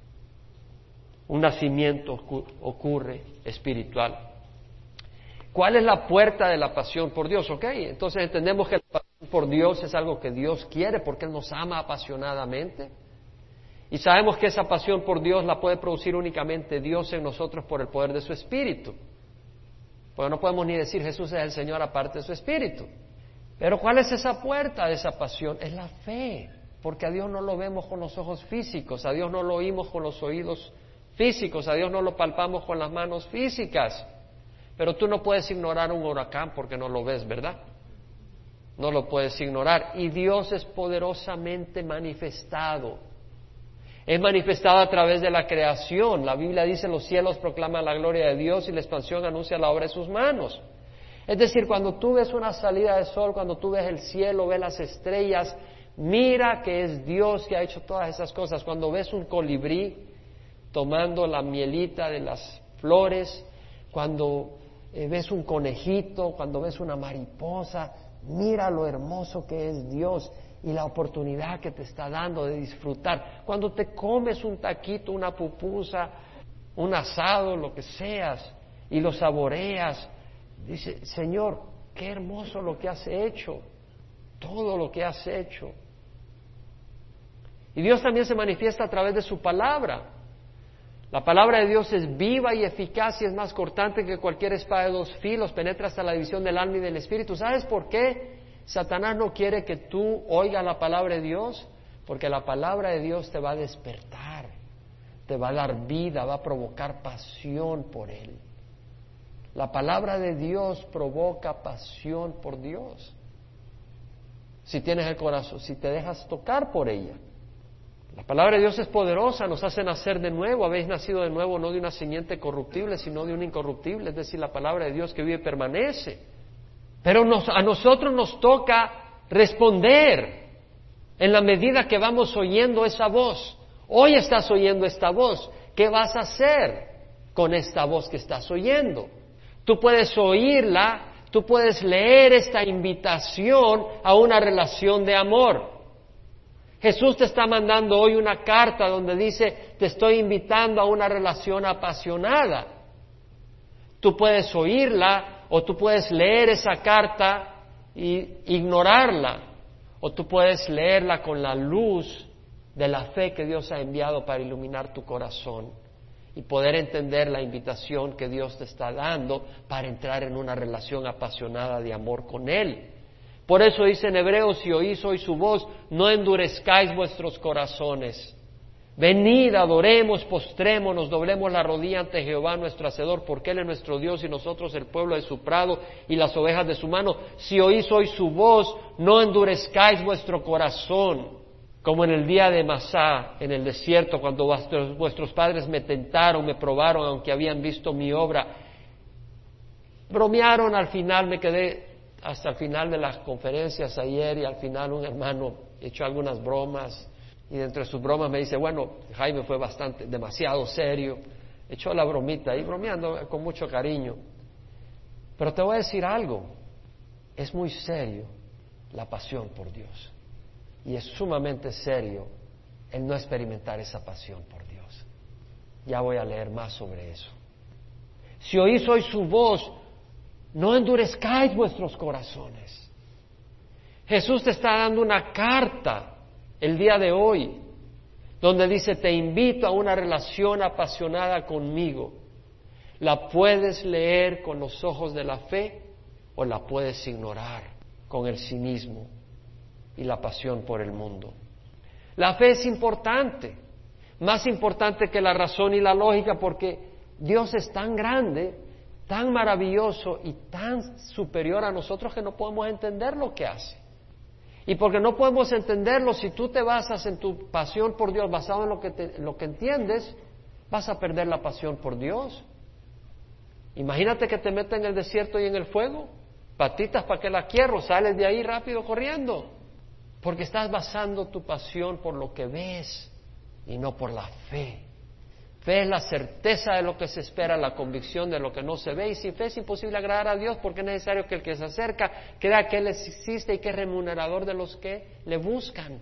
S1: Un nacimiento ocurre espiritual. ¿Cuál es la puerta de la pasión por Dios? Ok, entonces entendemos que la pasión por Dios es algo que Dios quiere porque Él nos ama apasionadamente. Y sabemos que esa pasión por Dios la puede producir únicamente Dios en nosotros por el poder de su Espíritu. porque no podemos ni decir Jesús es el Señor aparte de su Espíritu. Pero ¿cuál es esa puerta de esa pasión? Es la fe, porque a Dios no lo vemos con los ojos físicos, a Dios no lo oímos con los oídos físicos, a Dios no lo palpamos con las manos físicas. Pero tú no puedes ignorar un huracán porque no lo ves, ¿verdad? No lo puedes ignorar. Y Dios es poderosamente manifestado. Es manifestado a través de la creación. La Biblia dice, los cielos proclaman la gloria de Dios y la expansión anuncia la obra de sus manos. Es decir, cuando tú ves una salida de sol, cuando tú ves el cielo, ves las estrellas, mira que es Dios que ha hecho todas esas cosas. Cuando ves un colibrí tomando la mielita de las flores, cuando eh, ves un conejito, cuando ves una mariposa, mira lo hermoso que es Dios y la oportunidad que te está dando de disfrutar. Cuando te comes un taquito, una pupusa, un asado, lo que seas, y lo saboreas, dice, Señor, qué hermoso lo que has hecho, todo lo que has hecho. Y Dios también se manifiesta a través de su palabra. La palabra de Dios es viva y eficaz y es más cortante que cualquier espada de dos filos, penetra hasta la división del alma y del espíritu. ¿Sabes por qué Satanás no quiere que tú oigas la palabra de Dios? Porque la palabra de Dios te va a despertar, te va a dar vida, va a provocar pasión por Él. La palabra de Dios provoca pasión por Dios. Si tienes el corazón, si te dejas tocar por ella. La palabra de Dios es poderosa, nos hace nacer de nuevo. Habéis nacido de nuevo no de una simiente corruptible, sino de una incorruptible, es decir, la palabra de Dios que vive y permanece. Pero nos, a nosotros nos toca responder en la medida que vamos oyendo esa voz. Hoy estás oyendo esta voz. ¿Qué vas a hacer con esta voz que estás oyendo? Tú puedes oírla, tú puedes leer esta invitación a una relación de amor. Jesús te está mandando hoy una carta donde dice, te estoy invitando a una relación apasionada. Tú puedes oírla o tú puedes leer esa carta e ignorarla, o tú puedes leerla con la luz de la fe que Dios ha enviado para iluminar tu corazón y poder entender la invitación que Dios te está dando para entrar en una relación apasionada de amor con Él. Por eso dice en Hebreos, si oís hoy su voz, no endurezcáis vuestros corazones. Venid, adoremos, postrémonos, doblemos la rodilla ante Jehová nuestro Hacedor, porque Él es nuestro Dios y nosotros el pueblo de su prado y las ovejas de su mano. Si oís hoy su voz, no endurezcáis vuestro corazón, como en el día de Masá, en el desierto, cuando vuestros, vuestros padres me tentaron, me probaron, aunque habían visto mi obra. Bromearon al final, me quedé hasta el final de las conferencias ayer y al final un hermano echó algunas bromas y dentro de sus bromas me dice, bueno, Jaime fue bastante, demasiado serio, echó la bromita ahí bromeando con mucho cariño. Pero te voy a decir algo, es muy serio la pasión por Dios y es sumamente serio el no experimentar esa pasión por Dios. Ya voy a leer más sobre eso. Si oís hoy su voz, no endurezcáis vuestros corazones. Jesús te está dando una carta el día de hoy, donde dice, te invito a una relación apasionada conmigo. La puedes leer con los ojos de la fe o la puedes ignorar con el cinismo y la pasión por el mundo. La fe es importante, más importante que la razón y la lógica, porque Dios es tan grande, tan maravilloso y tan superior a nosotros que no podemos entender lo que hace. Y porque no podemos entenderlo, si tú te basas en tu pasión por Dios basado en lo que, te, lo que entiendes, vas a perder la pasión por Dios. Imagínate que te metas en el desierto y en el fuego, patitas para que la quiero, sales de ahí rápido corriendo, porque estás basando tu pasión por lo que ves y no por la fe. Fe es la certeza de lo que se espera, la convicción de lo que no se ve, y sin fe es imposible agradar a Dios, porque es necesario que el que se acerca crea que Él existe y que es remunerador de los que le buscan.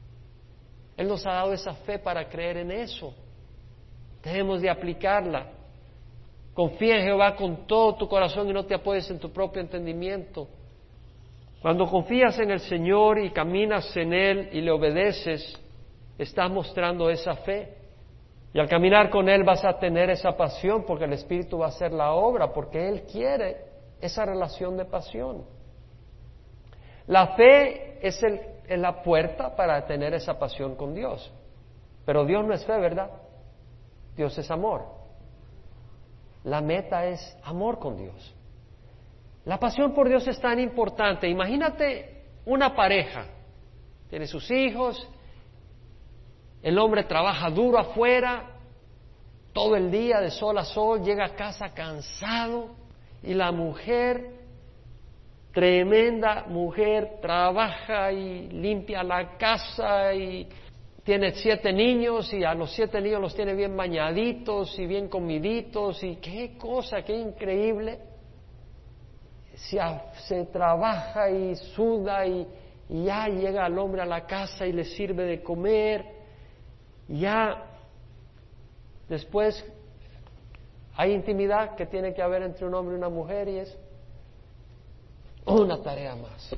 S1: Él nos ha dado esa fe para creer en eso. Debemos de aplicarla. Confía en Jehová con todo tu corazón y no te apoyes en tu propio entendimiento. Cuando confías en el Señor y caminas en Él y le obedeces, estás mostrando esa fe. Y al caminar con Él vas a tener esa pasión porque el Espíritu va a hacer la obra, porque Él quiere esa relación de pasión. La fe es, el, es la puerta para tener esa pasión con Dios. Pero Dios no es fe, ¿verdad? Dios es amor. La meta es amor con Dios. La pasión por Dios es tan importante. Imagínate una pareja, tiene sus hijos, el hombre trabaja duro afuera, todo el día de sol a sol, llega a casa cansado, y la mujer, tremenda mujer, trabaja y limpia la casa y tiene siete niños y a los siete niños los tiene bien bañaditos y bien comiditos y qué cosa, qué increíble. Se, se trabaja y suda y, y ya llega el hombre a la casa y le sirve de comer. Ya después hay intimidad que tiene que haber entre un hombre y una mujer y es una tarea más.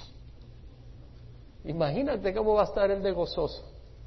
S1: Imagínate cómo va a estar el de gozoso.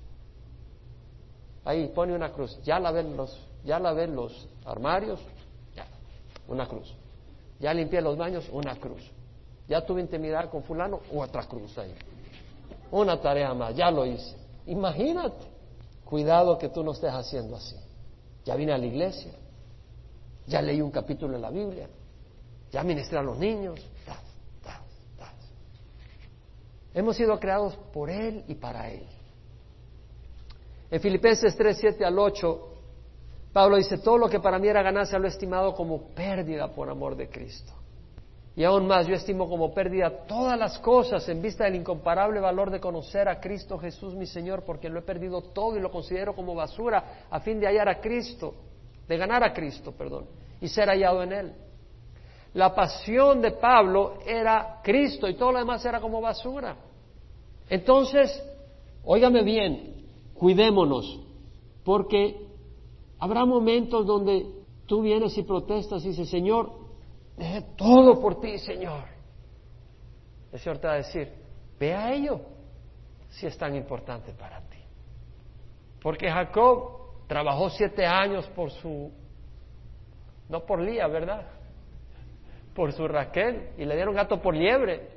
S1: Ahí pone una cruz. Ya la ven los, ya la ven los armarios, ya, una cruz. Ya limpié los baños, una cruz. Ya tuve intimidad con fulano, otra cruz ahí. Una tarea más, ya lo hice. Imagínate. Cuidado que tú no estés haciendo así. Ya vine a la iglesia, ya leí un capítulo de la Biblia, ya ministré a los niños. Tas, tas, tas. Hemos sido creados por Él y para Él. En Filipenses tres, siete al ocho, Pablo dice, todo lo que para mí era ganancia lo he estimado como pérdida por amor de Cristo. Y aún más, yo estimo como pérdida todas las cosas en vista del incomparable valor de conocer a Cristo Jesús mi Señor, porque lo he perdido todo y lo considero como basura a fin de hallar a Cristo, de ganar a Cristo, perdón, y ser hallado en Él. La pasión de Pablo era Cristo y todo lo demás era como basura. Entonces, óigame bien, cuidémonos, porque habrá momentos donde tú vienes y protestas y dices, Señor, dejé todo por ti, Señor. El Señor te va a decir, ve a ello, si es tan importante para ti. Porque Jacob trabajó siete años por su, no por Lía, ¿verdad? Por su Raquel, y le dieron gato por liebre.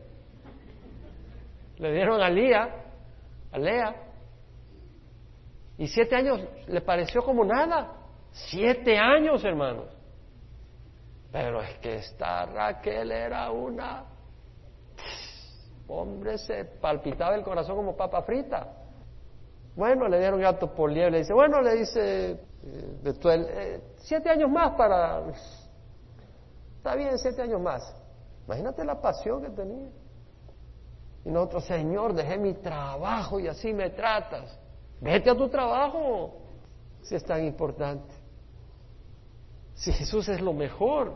S1: Le dieron a Lía, a Lea, y siete años le pareció como nada. Siete años, hermanos. Pero es que esta Raquel era una... Hombre, se palpitaba el corazón como papa frita. Bueno, le dieron gato por liebre. Le dice, bueno, le dice, eh, Betuel, eh, siete años más para... Está bien, siete años más. Imagínate la pasión que tenía. Y nosotros, Señor, dejé mi trabajo y así me tratas. Vete a tu trabajo, si es tan importante. Si Jesús es lo mejor.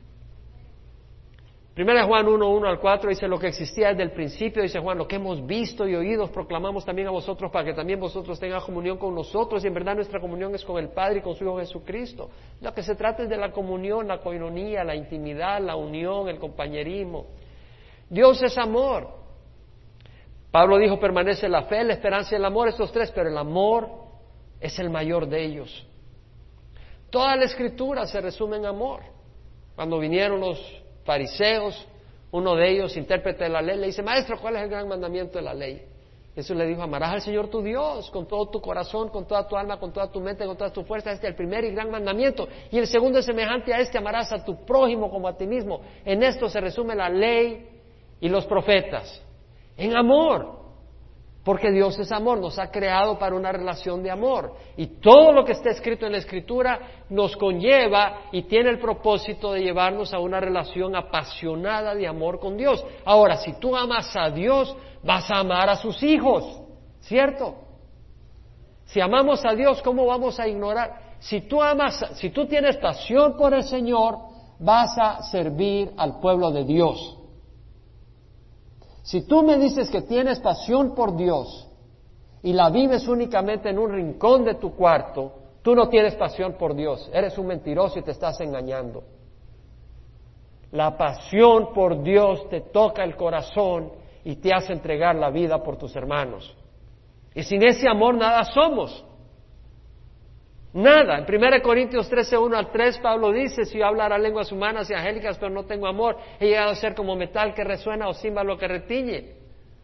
S1: Primera de Juan uno, uno al cuatro dice, lo que existía desde el principio, dice Juan, lo que hemos visto y oído os proclamamos también a vosotros para que también vosotros tengáis comunión con nosotros, y en verdad nuestra comunión es con el Padre y con su Hijo Jesucristo. Lo que se trata es de la comunión, la coinonía, la intimidad, la unión, el compañerismo. Dios es amor. Pablo dijo, permanece la fe, la esperanza y el amor, estos tres, pero el amor es el mayor de ellos. Toda la Escritura se resume en amor. Cuando vinieron los fariseos, uno de ellos, intérprete de la ley, le dice, maestro, ¿cuál es el gran mandamiento de la ley? Jesús le dijo, amarás al Señor tu Dios con todo tu corazón, con toda tu alma, con toda tu mente, con toda tu fuerza. Este es el primer y gran mandamiento. Y el segundo es semejante a este, amarás a tu prójimo como a ti mismo. En esto se resume la ley y los profetas. En amor. Porque Dios es amor, nos ha creado para una relación de amor. Y todo lo que está escrito en la Escritura nos conlleva y tiene el propósito de llevarnos a una relación apasionada de amor con Dios. Ahora, si tú amas a Dios, vas a amar a sus hijos, ¿cierto? Si amamos a Dios, ¿cómo vamos a ignorar? Si tú amas, si tú tienes pasión por el Señor, vas a servir al pueblo de Dios. Si tú me dices que tienes pasión por Dios y la vives únicamente en un rincón de tu cuarto, tú no tienes pasión por Dios, eres un mentiroso y te estás engañando. La pasión por Dios te toca el corazón y te hace entregar la vida por tus hermanos. Y sin ese amor nada somos. Nada. En primera Corintios trece, uno al tres, Pablo dice, si yo hablara lenguas humanas y angélicas, pero no tengo amor, he llegado a ser como metal que resuena o címbalo que retiñe.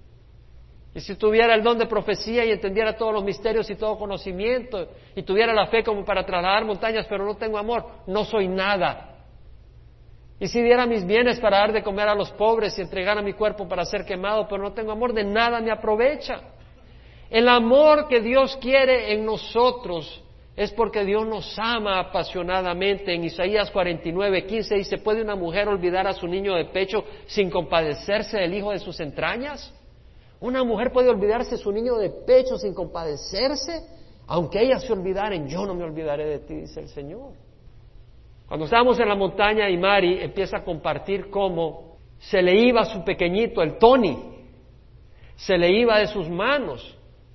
S1: Y si tuviera el don de profecía y entendiera todos los misterios y todo conocimiento, y tuviera la fe como para trasladar montañas, pero no tengo amor, no soy nada. Y si diera mis bienes para dar de comer a los pobres y entregara mi cuerpo para ser quemado, pero no tengo amor, de nada me aprovecha. El amor que Dios quiere en nosotros es porque Dios nos ama apasionadamente. En Isaías cuarenta y nueve, quince dice, ¿puede una mujer olvidar a su niño de pecho sin compadecerse del hijo de sus entrañas? ¿Una mujer puede olvidarse de su niño de pecho sin compadecerse? Aunque ellas se olvidaren, yo no me olvidaré de ti, dice el Señor. Cuando estábamos en la montaña y Mari empieza a compartir cómo se le iba su pequeñito, el Tony, se le iba de sus manos.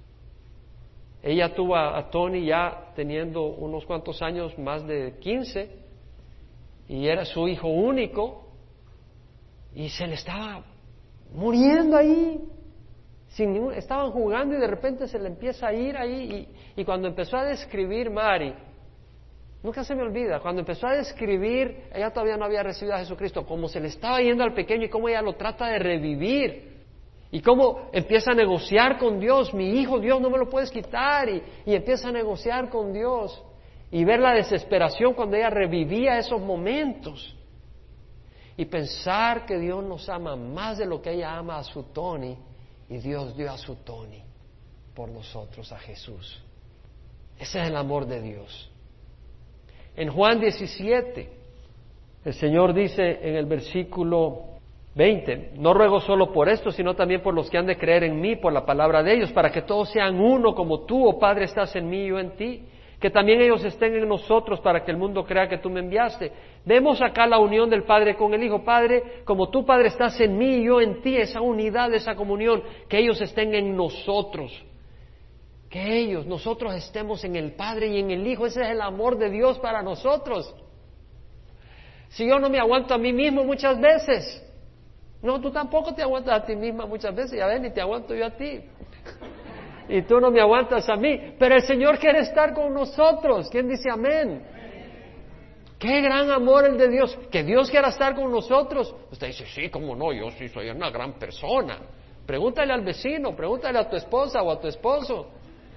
S1: Ella tuvo a, a Tony ya teniendo unos cuantos años, más de quince, y era su hijo único, y se le estaba muriendo ahí. Sin ningún, estaban jugando y de repente se le empieza a ir ahí, y, y cuando empezó a describir Mari, nunca se me olvida, cuando empezó a describir, ella todavía no había recibido a Jesucristo, cómo se le estaba yendo al pequeño y cómo ella lo trata de revivir. Y cómo empieza a negociar con Dios, mi hijo, Dios, no me lo puedes quitar, y, y empieza a negociar con Dios, y ver la desesperación cuando ella revivía esos momentos, y pensar que Dios nos ama más de lo que ella ama a su Tony, y Dios dio a su Tony por nosotros, a Jesús. Ese es el amor de Dios. En Juan diecisiete, el Señor dice en el versículo veinte, no ruego solo por esto, sino también por los que han de creer en mí, por la palabra de ellos, para que todos sean uno, como tú, oh Padre, estás en mí y yo en ti, que también ellos estén en nosotros, para que el mundo crea que tú me enviaste. Vemos acá la unión del Padre con el Hijo. Padre, como tú, Padre, estás en mí y yo en ti, esa unidad, esa comunión, que ellos estén en nosotros, que ellos, nosotros estemos en el Padre y en el Hijo. Ese es el amor de Dios para nosotros. Si yo no me aguanto a mí mismo muchas veces, no, tú tampoco te aguantas a ti misma muchas veces, ya ves, ni te aguanto yo a ti. Y tú no me aguantas a mí, pero el Señor quiere estar con nosotros. ¿Quién dice amén? Qué gran amor el de Dios, que Dios quiera estar con nosotros. Usted dice, sí, cómo no, yo sí soy una gran persona. Pregúntale al vecino, pregúntale a tu esposa o a tu esposo,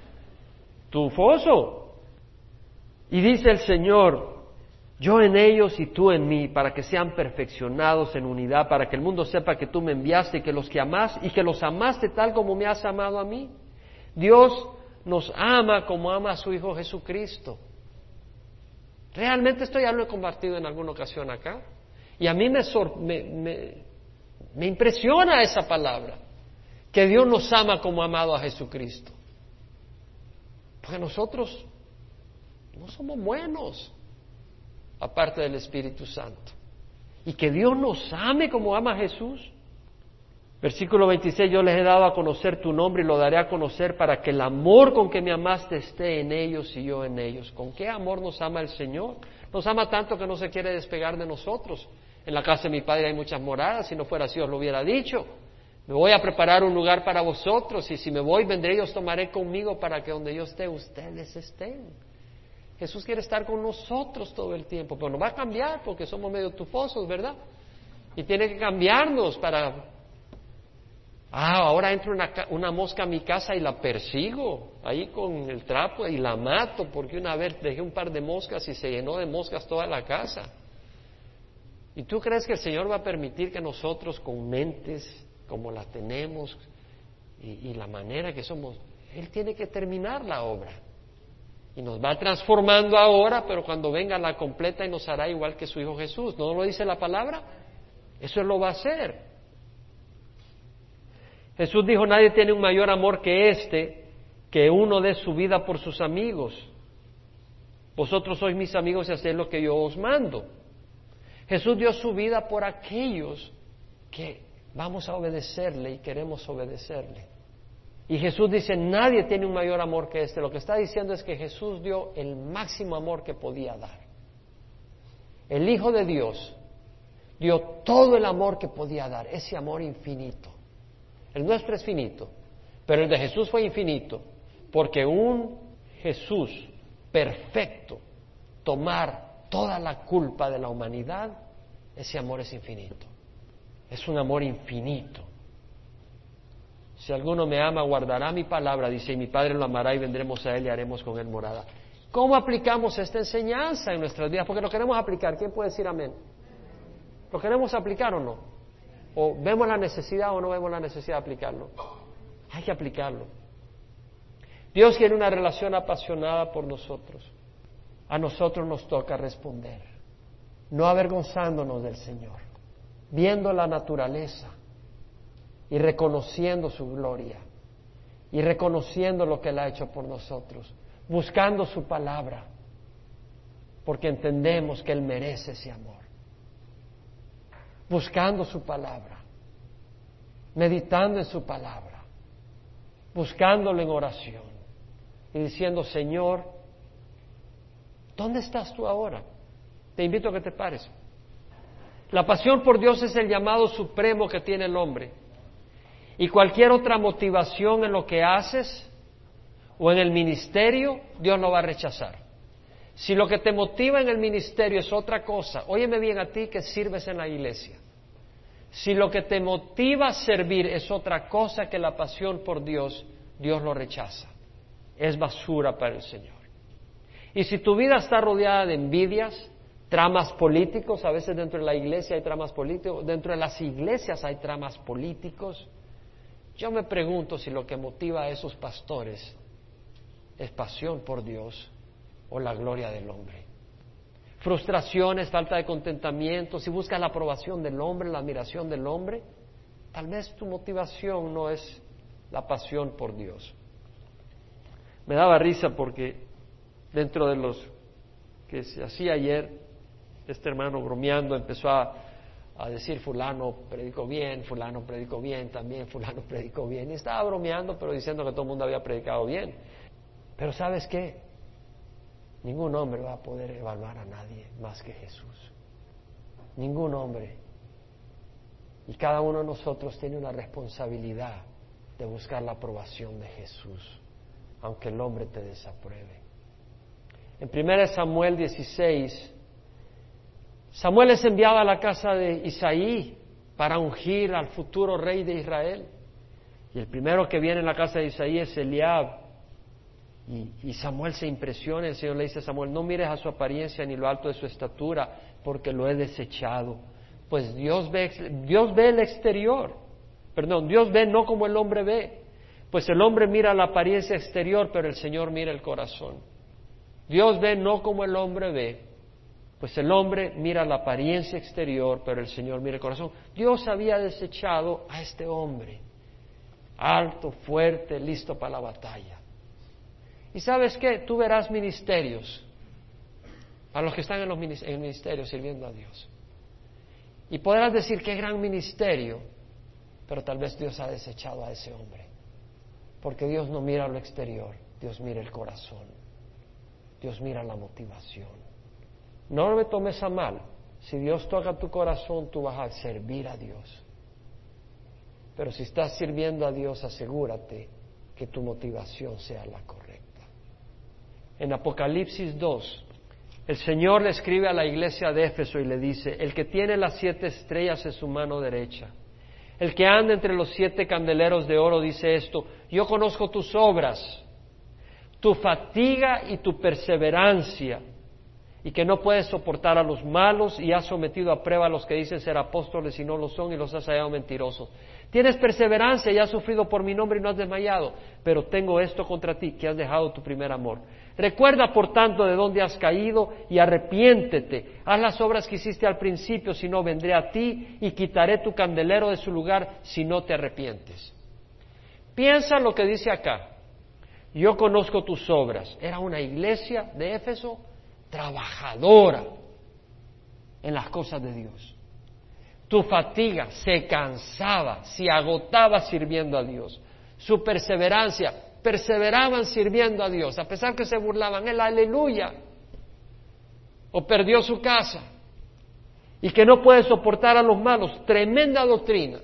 S1: tu foso. Y dice el Señor, yo en ellos y tú en mí, para que sean perfeccionados en unidad, para que el mundo sepa que tú me enviaste y que los que amás y que los amaste tal como me has amado a mí. Dios nos ama como ama a su Hijo Jesucristo. Realmente esto ya lo he compartido en alguna ocasión acá, y a mí me, sor, me, me, me impresiona esa palabra, que Dios nos ama como ha amado a Jesucristo, porque nosotros no somos buenos aparte del Espíritu Santo, y que Dios nos ame como ama a Jesús. Versículo veintiséis, yo les he dado a conocer tu nombre y lo daré a conocer para que el amor con que me amaste esté en ellos y yo en ellos. ¿Con qué amor nos ama el Señor? Nos ama tanto que no se quiere despegar de nosotros. En la casa de mi Padre hay muchas moradas, si no fuera así os lo hubiera dicho. Me voy a preparar un lugar para vosotros, y si me voy vendré y os tomaré conmigo para que donde yo esté ustedes estén. Jesús quiere estar con nosotros todo el tiempo, pero nos va a cambiar porque somos medio tufosos, ¿verdad? Y tiene que cambiarnos para... Ah, ahora entra una, una mosca a mi casa y la persigo ahí con el trapo y la mato, porque una vez dejé un par de moscas y se llenó de moscas toda la casa. ¿Y tú crees que el Señor va a permitir que nosotros, con mentes como las tenemos y, y la manera que somos, Él tiene que terminar la obra? Y nos va transformando ahora, pero cuando venga la completa y nos hará igual que su Hijo Jesús. ¿No lo dice la palabra? Eso Él lo va a hacer. Jesús dijo, nadie tiene un mayor amor que este, que uno dé su vida por sus amigos. Vosotros sois mis amigos y hacéis lo que yo os mando. Jesús dio su vida por aquellos que vamos a obedecerle y queremos obedecerle. Y Jesús dice, nadie tiene un mayor amor que este. Lo que está diciendo es que Jesús dio el máximo amor que podía dar. El Hijo de Dios dio todo el amor que podía dar, ese amor infinito. El nuestro es finito, pero el de Jesús fue infinito, porque un Jesús perfecto, tomar toda la culpa de la humanidad, ese amor es infinito. Es un amor infinito. Si alguno me ama, guardará mi palabra, dice, y mi Padre lo amará y vendremos a él y haremos con él morada. ¿Cómo aplicamos esta enseñanza en nuestras vidas? Porque lo queremos aplicar. ¿Quién puede decir amén? ¿Lo queremos aplicar o no? ¿O vemos la necesidad o no vemos la necesidad de aplicarlo? Hay que aplicarlo. Dios quiere una relación apasionada por nosotros. A nosotros nos toca responder, no avergonzándonos del Señor, viendo la naturaleza y reconociendo su gloria y reconociendo lo que Él ha hecho por nosotros, buscando su palabra, porque entendemos que Él merece ese amor. Buscando su palabra, meditando en su palabra, buscándolo en oración y diciendo, Señor, ¿dónde estás tú ahora? Te invito a que te pares. La pasión por Dios es el llamado supremo que tiene el hombre. Y cualquier otra motivación en lo que haces o en el ministerio, Dios lo va a rechazar. Si lo que te motiva en el ministerio es otra cosa, óyeme bien a ti que sirves en la iglesia. Si lo que te motiva a servir es otra cosa que la pasión por Dios, Dios lo rechaza. Es basura para el Señor. Y si tu vida está rodeada de envidias, tramas políticos, a veces dentro de la iglesia hay tramas políticos, dentro de las iglesias hay tramas políticos, yo me pregunto si lo que motiva a esos pastores es pasión por Dios o la gloria del hombre. Frustraciones, falta de contentamiento, si buscas la aprobación del hombre, la admiración del hombre, tal vez tu motivación no es la pasión por Dios. Me daba risa porque dentro de los que se hacía ayer, este hermano bromeando empezó a, a decir fulano predicó bien, fulano predicó bien, también fulano predicó bien, y estaba bromeando pero diciendo que todo el mundo había predicado bien. Pero ¿sabes qué? Ningún hombre va a poder evaluar a nadie más que Jesús. Ningún hombre. Y cada uno de nosotros tiene una responsabilidad de buscar la aprobación de Jesús, aunque el hombre te desapruebe. En primera Samuel dieciséis, Samuel es enviado a la casa de Isaí para ungir al futuro rey de Israel. Y el primero que viene en la casa de Isaí es Eliab. Y, y Samuel se impresiona, el Señor le dice a Samuel, no mires a su apariencia ni lo alto de su estatura, porque lo he desechado. Pues Dios ve, Dios ve el exterior, perdón, Dios ve no como el hombre ve. Pues el hombre mira la apariencia exterior, pero el Señor mira el corazón. Dios ve no como el hombre ve, pues el hombre mira la apariencia exterior, pero el Señor mira el corazón. Dios había desechado a este hombre, alto, fuerte, listo para la batalla. Y ¿sabes qué? Tú verás ministerios, a los que están en los en el ministerio sirviendo a Dios. Y podrás decir qué gran ministerio, pero tal vez Dios ha desechado a ese hombre. Porque Dios no mira lo exterior, Dios mira el corazón, Dios mira la motivación. No me tomes a mal, si Dios toca tu corazón, tú vas a servir a Dios. Pero si estás sirviendo a Dios, asegúrate que tu motivación sea la correcta. En Apocalipsis dos, el Señor le escribe a la iglesia de Éfeso y le dice, el que tiene las siete estrellas en su mano derecha, el que anda entre los siete candeleros de oro, dice esto, yo conozco tus obras, tu fatiga y tu perseverancia, y que no puedes soportar a los malos y has sometido a prueba a los que dicen ser apóstoles y no lo son y los has hallado mentirosos. Tienes perseverancia y has sufrido por mi nombre y no has desmayado, pero tengo esto contra ti, que has dejado tu primer amor. Recuerda, por tanto, de dónde has caído y arrepiéntete. Haz las obras que hiciste al principio, si no vendré a ti y quitaré tu candelero de su lugar si no te arrepientes. Piensa lo que dice acá. Yo conozco tus obras. Era una iglesia de Éfeso trabajadora en las cosas de Dios. Tu fatiga, se cansaba, se agotaba sirviendo a Dios. Su perseverancia, perseveraban sirviendo a Dios, a pesar que se burlaban, el aleluya, o perdió su casa, y que no puede soportar a los malos, tremenda doctrina.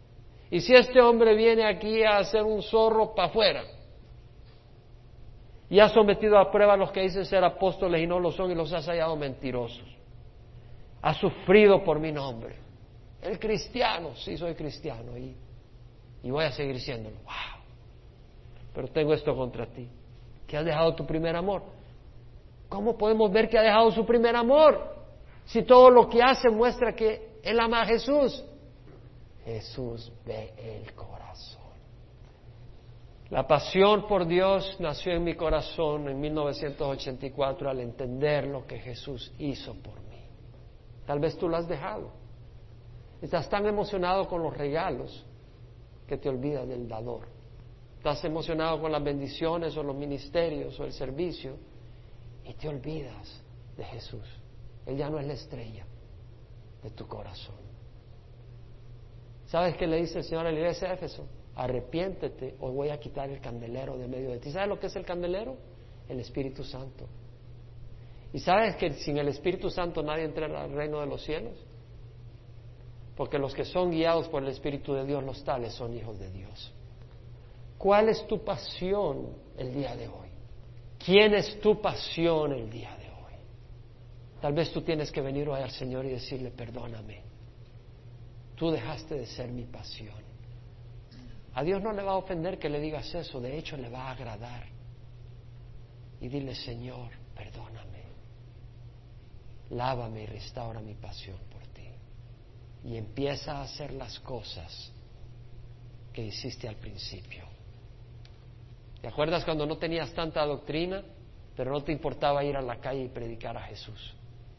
S1: Y si este hombre viene aquí a hacer un zorro para afuera, Y has sometido a prueba a los que dicen ser apóstoles y no lo son y los has hallado mentirosos. Has sufrido por mi nombre. El cristiano, sí soy cristiano y, y voy a seguir siéndolo. ¡Wow! Pero tengo esto contra ti, que has dejado tu primer amor. ¿Cómo podemos ver que ha dejado su primer amor? Si todo lo que hace muestra que él ama a Jesús. Jesús ve el corazón. La pasión por Dios nació en mi corazón en mil novecientos ochenta y cuatro al entender lo que Jesús hizo por mí. Tal vez tú lo has dejado. Estás tan emocionado con los regalos que te olvidas del dador. Estás emocionado con las bendiciones o los ministerios o el servicio y te olvidas de Jesús. Él ya no es la estrella de tu corazón. ¿Sabes qué le dice el Señor a la iglesia de Éfeso? Arrepiéntete o voy a quitar el candelero de medio de ti. ¿Sabes lo que es el candelero? El Espíritu Santo. ¿Y sabes que sin el Espíritu Santo nadie entra al reino de los cielos? Porque los que son guiados por el Espíritu de Dios, los tales son hijos de Dios. ¿Cuál es tu pasión el día de hoy? ¿Quién es tu pasión el día de hoy? Tal vez tú tienes que venir hoy al Señor y decirle, perdóname. Tú dejaste de ser mi pasión. A Dios no le va a ofender que le digas eso, de hecho le va a agradar. Y dile, Señor, perdóname. Lávame y restaura mi pasión por ti. Y empieza a hacer las cosas que hiciste al principio. ¿Te acuerdas cuando no tenías tanta doctrina, pero no te importaba ir a la calle y predicar a Jesús?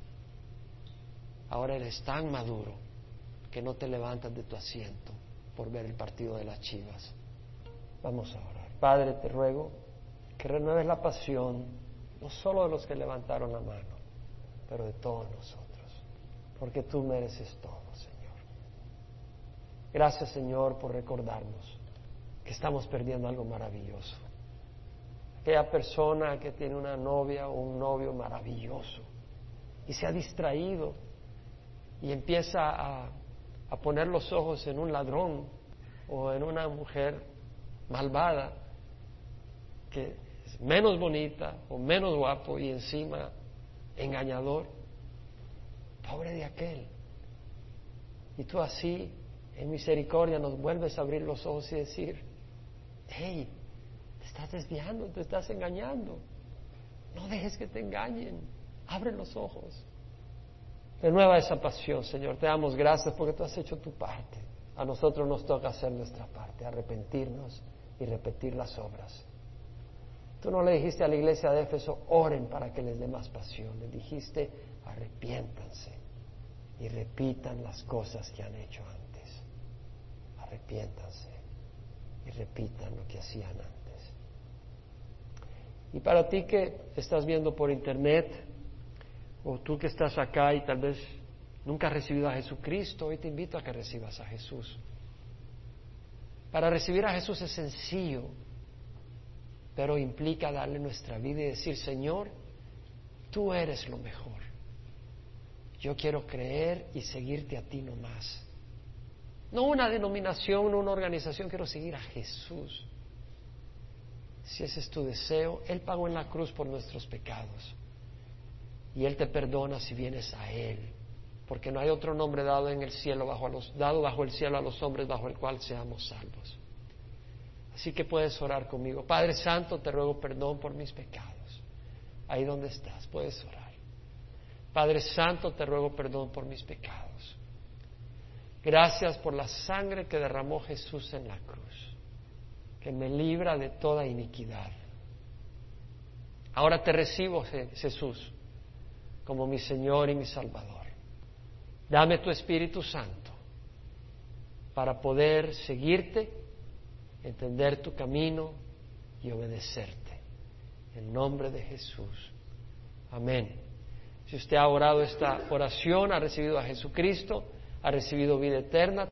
S1: Ahora eres tan maduro que no te levantas de tu asiento por ver el partido de las Chivas. Vamos a orar. Padre, te ruego que renueves la pasión, no solo de los que levantaron la mano, pero de todos nosotros, porque tú mereces todo, Señor. Gracias, Señor, por recordarnos que estamos perdiendo algo maravilloso. Aquella persona que tiene una novia o un novio maravilloso y se ha distraído y empieza a, a poner los ojos en un ladrón o en una mujer malvada que es menos bonita o menos guapo y encima engañador. Pobre de aquel. Y tú así, en misericordia, nos vuelves a abrir los ojos y decir, hey, te estás desviando, te estás engañando. No dejes que te engañen. Abre los ojos. Renueva esa pasión, Señor. Te damos gracias porque tú has hecho tu parte. A nosotros nos toca hacer nuestra parte, arrepentirnos y repetir las obras. Tú no le dijiste a la iglesia de Éfeso, oren para que les dé más pasión. Le dijiste, arrepiéntanse y repitan las cosas que han hecho antes. Arrepiéntanse y repitan lo que hacían antes. Y para ti que estás viendo por internet, o tú que estás acá y tal vez nunca has recibido a Jesucristo, hoy te invito a que recibas a Jesús. Para recibir a Jesús es sencillo, pero implica darle nuestra vida y decir, Señor, tú eres lo mejor. Yo quiero creer y seguirte a ti nomás. No una denominación, no una organización, quiero seguir a Jesús. Si ese es tu deseo, Él pagó en la cruz por nuestros pecados. Y Él te perdona si vienes a Él. Porque no hay otro nombre dado en el cielo, bajo los, dado bajo el cielo a los hombres, bajo el cual seamos salvos. Así que puedes orar conmigo. Padre Santo, te ruego perdón por mis pecados. Ahí donde estás, puedes orar. Padre Santo, te ruego perdón por mis pecados. Gracias por la sangre que derramó Jesús en la cruz, que me libra de toda iniquidad. Ahora te recibo, Jesús, como mi Señor y mi Salvador. Dame tu Espíritu Santo para poder seguirte, entender tu camino y obedecerte. En nombre de Jesús. Amén. Si usted ha orado esta oración, ha recibido a Jesucristo, ha recibido vida eterna.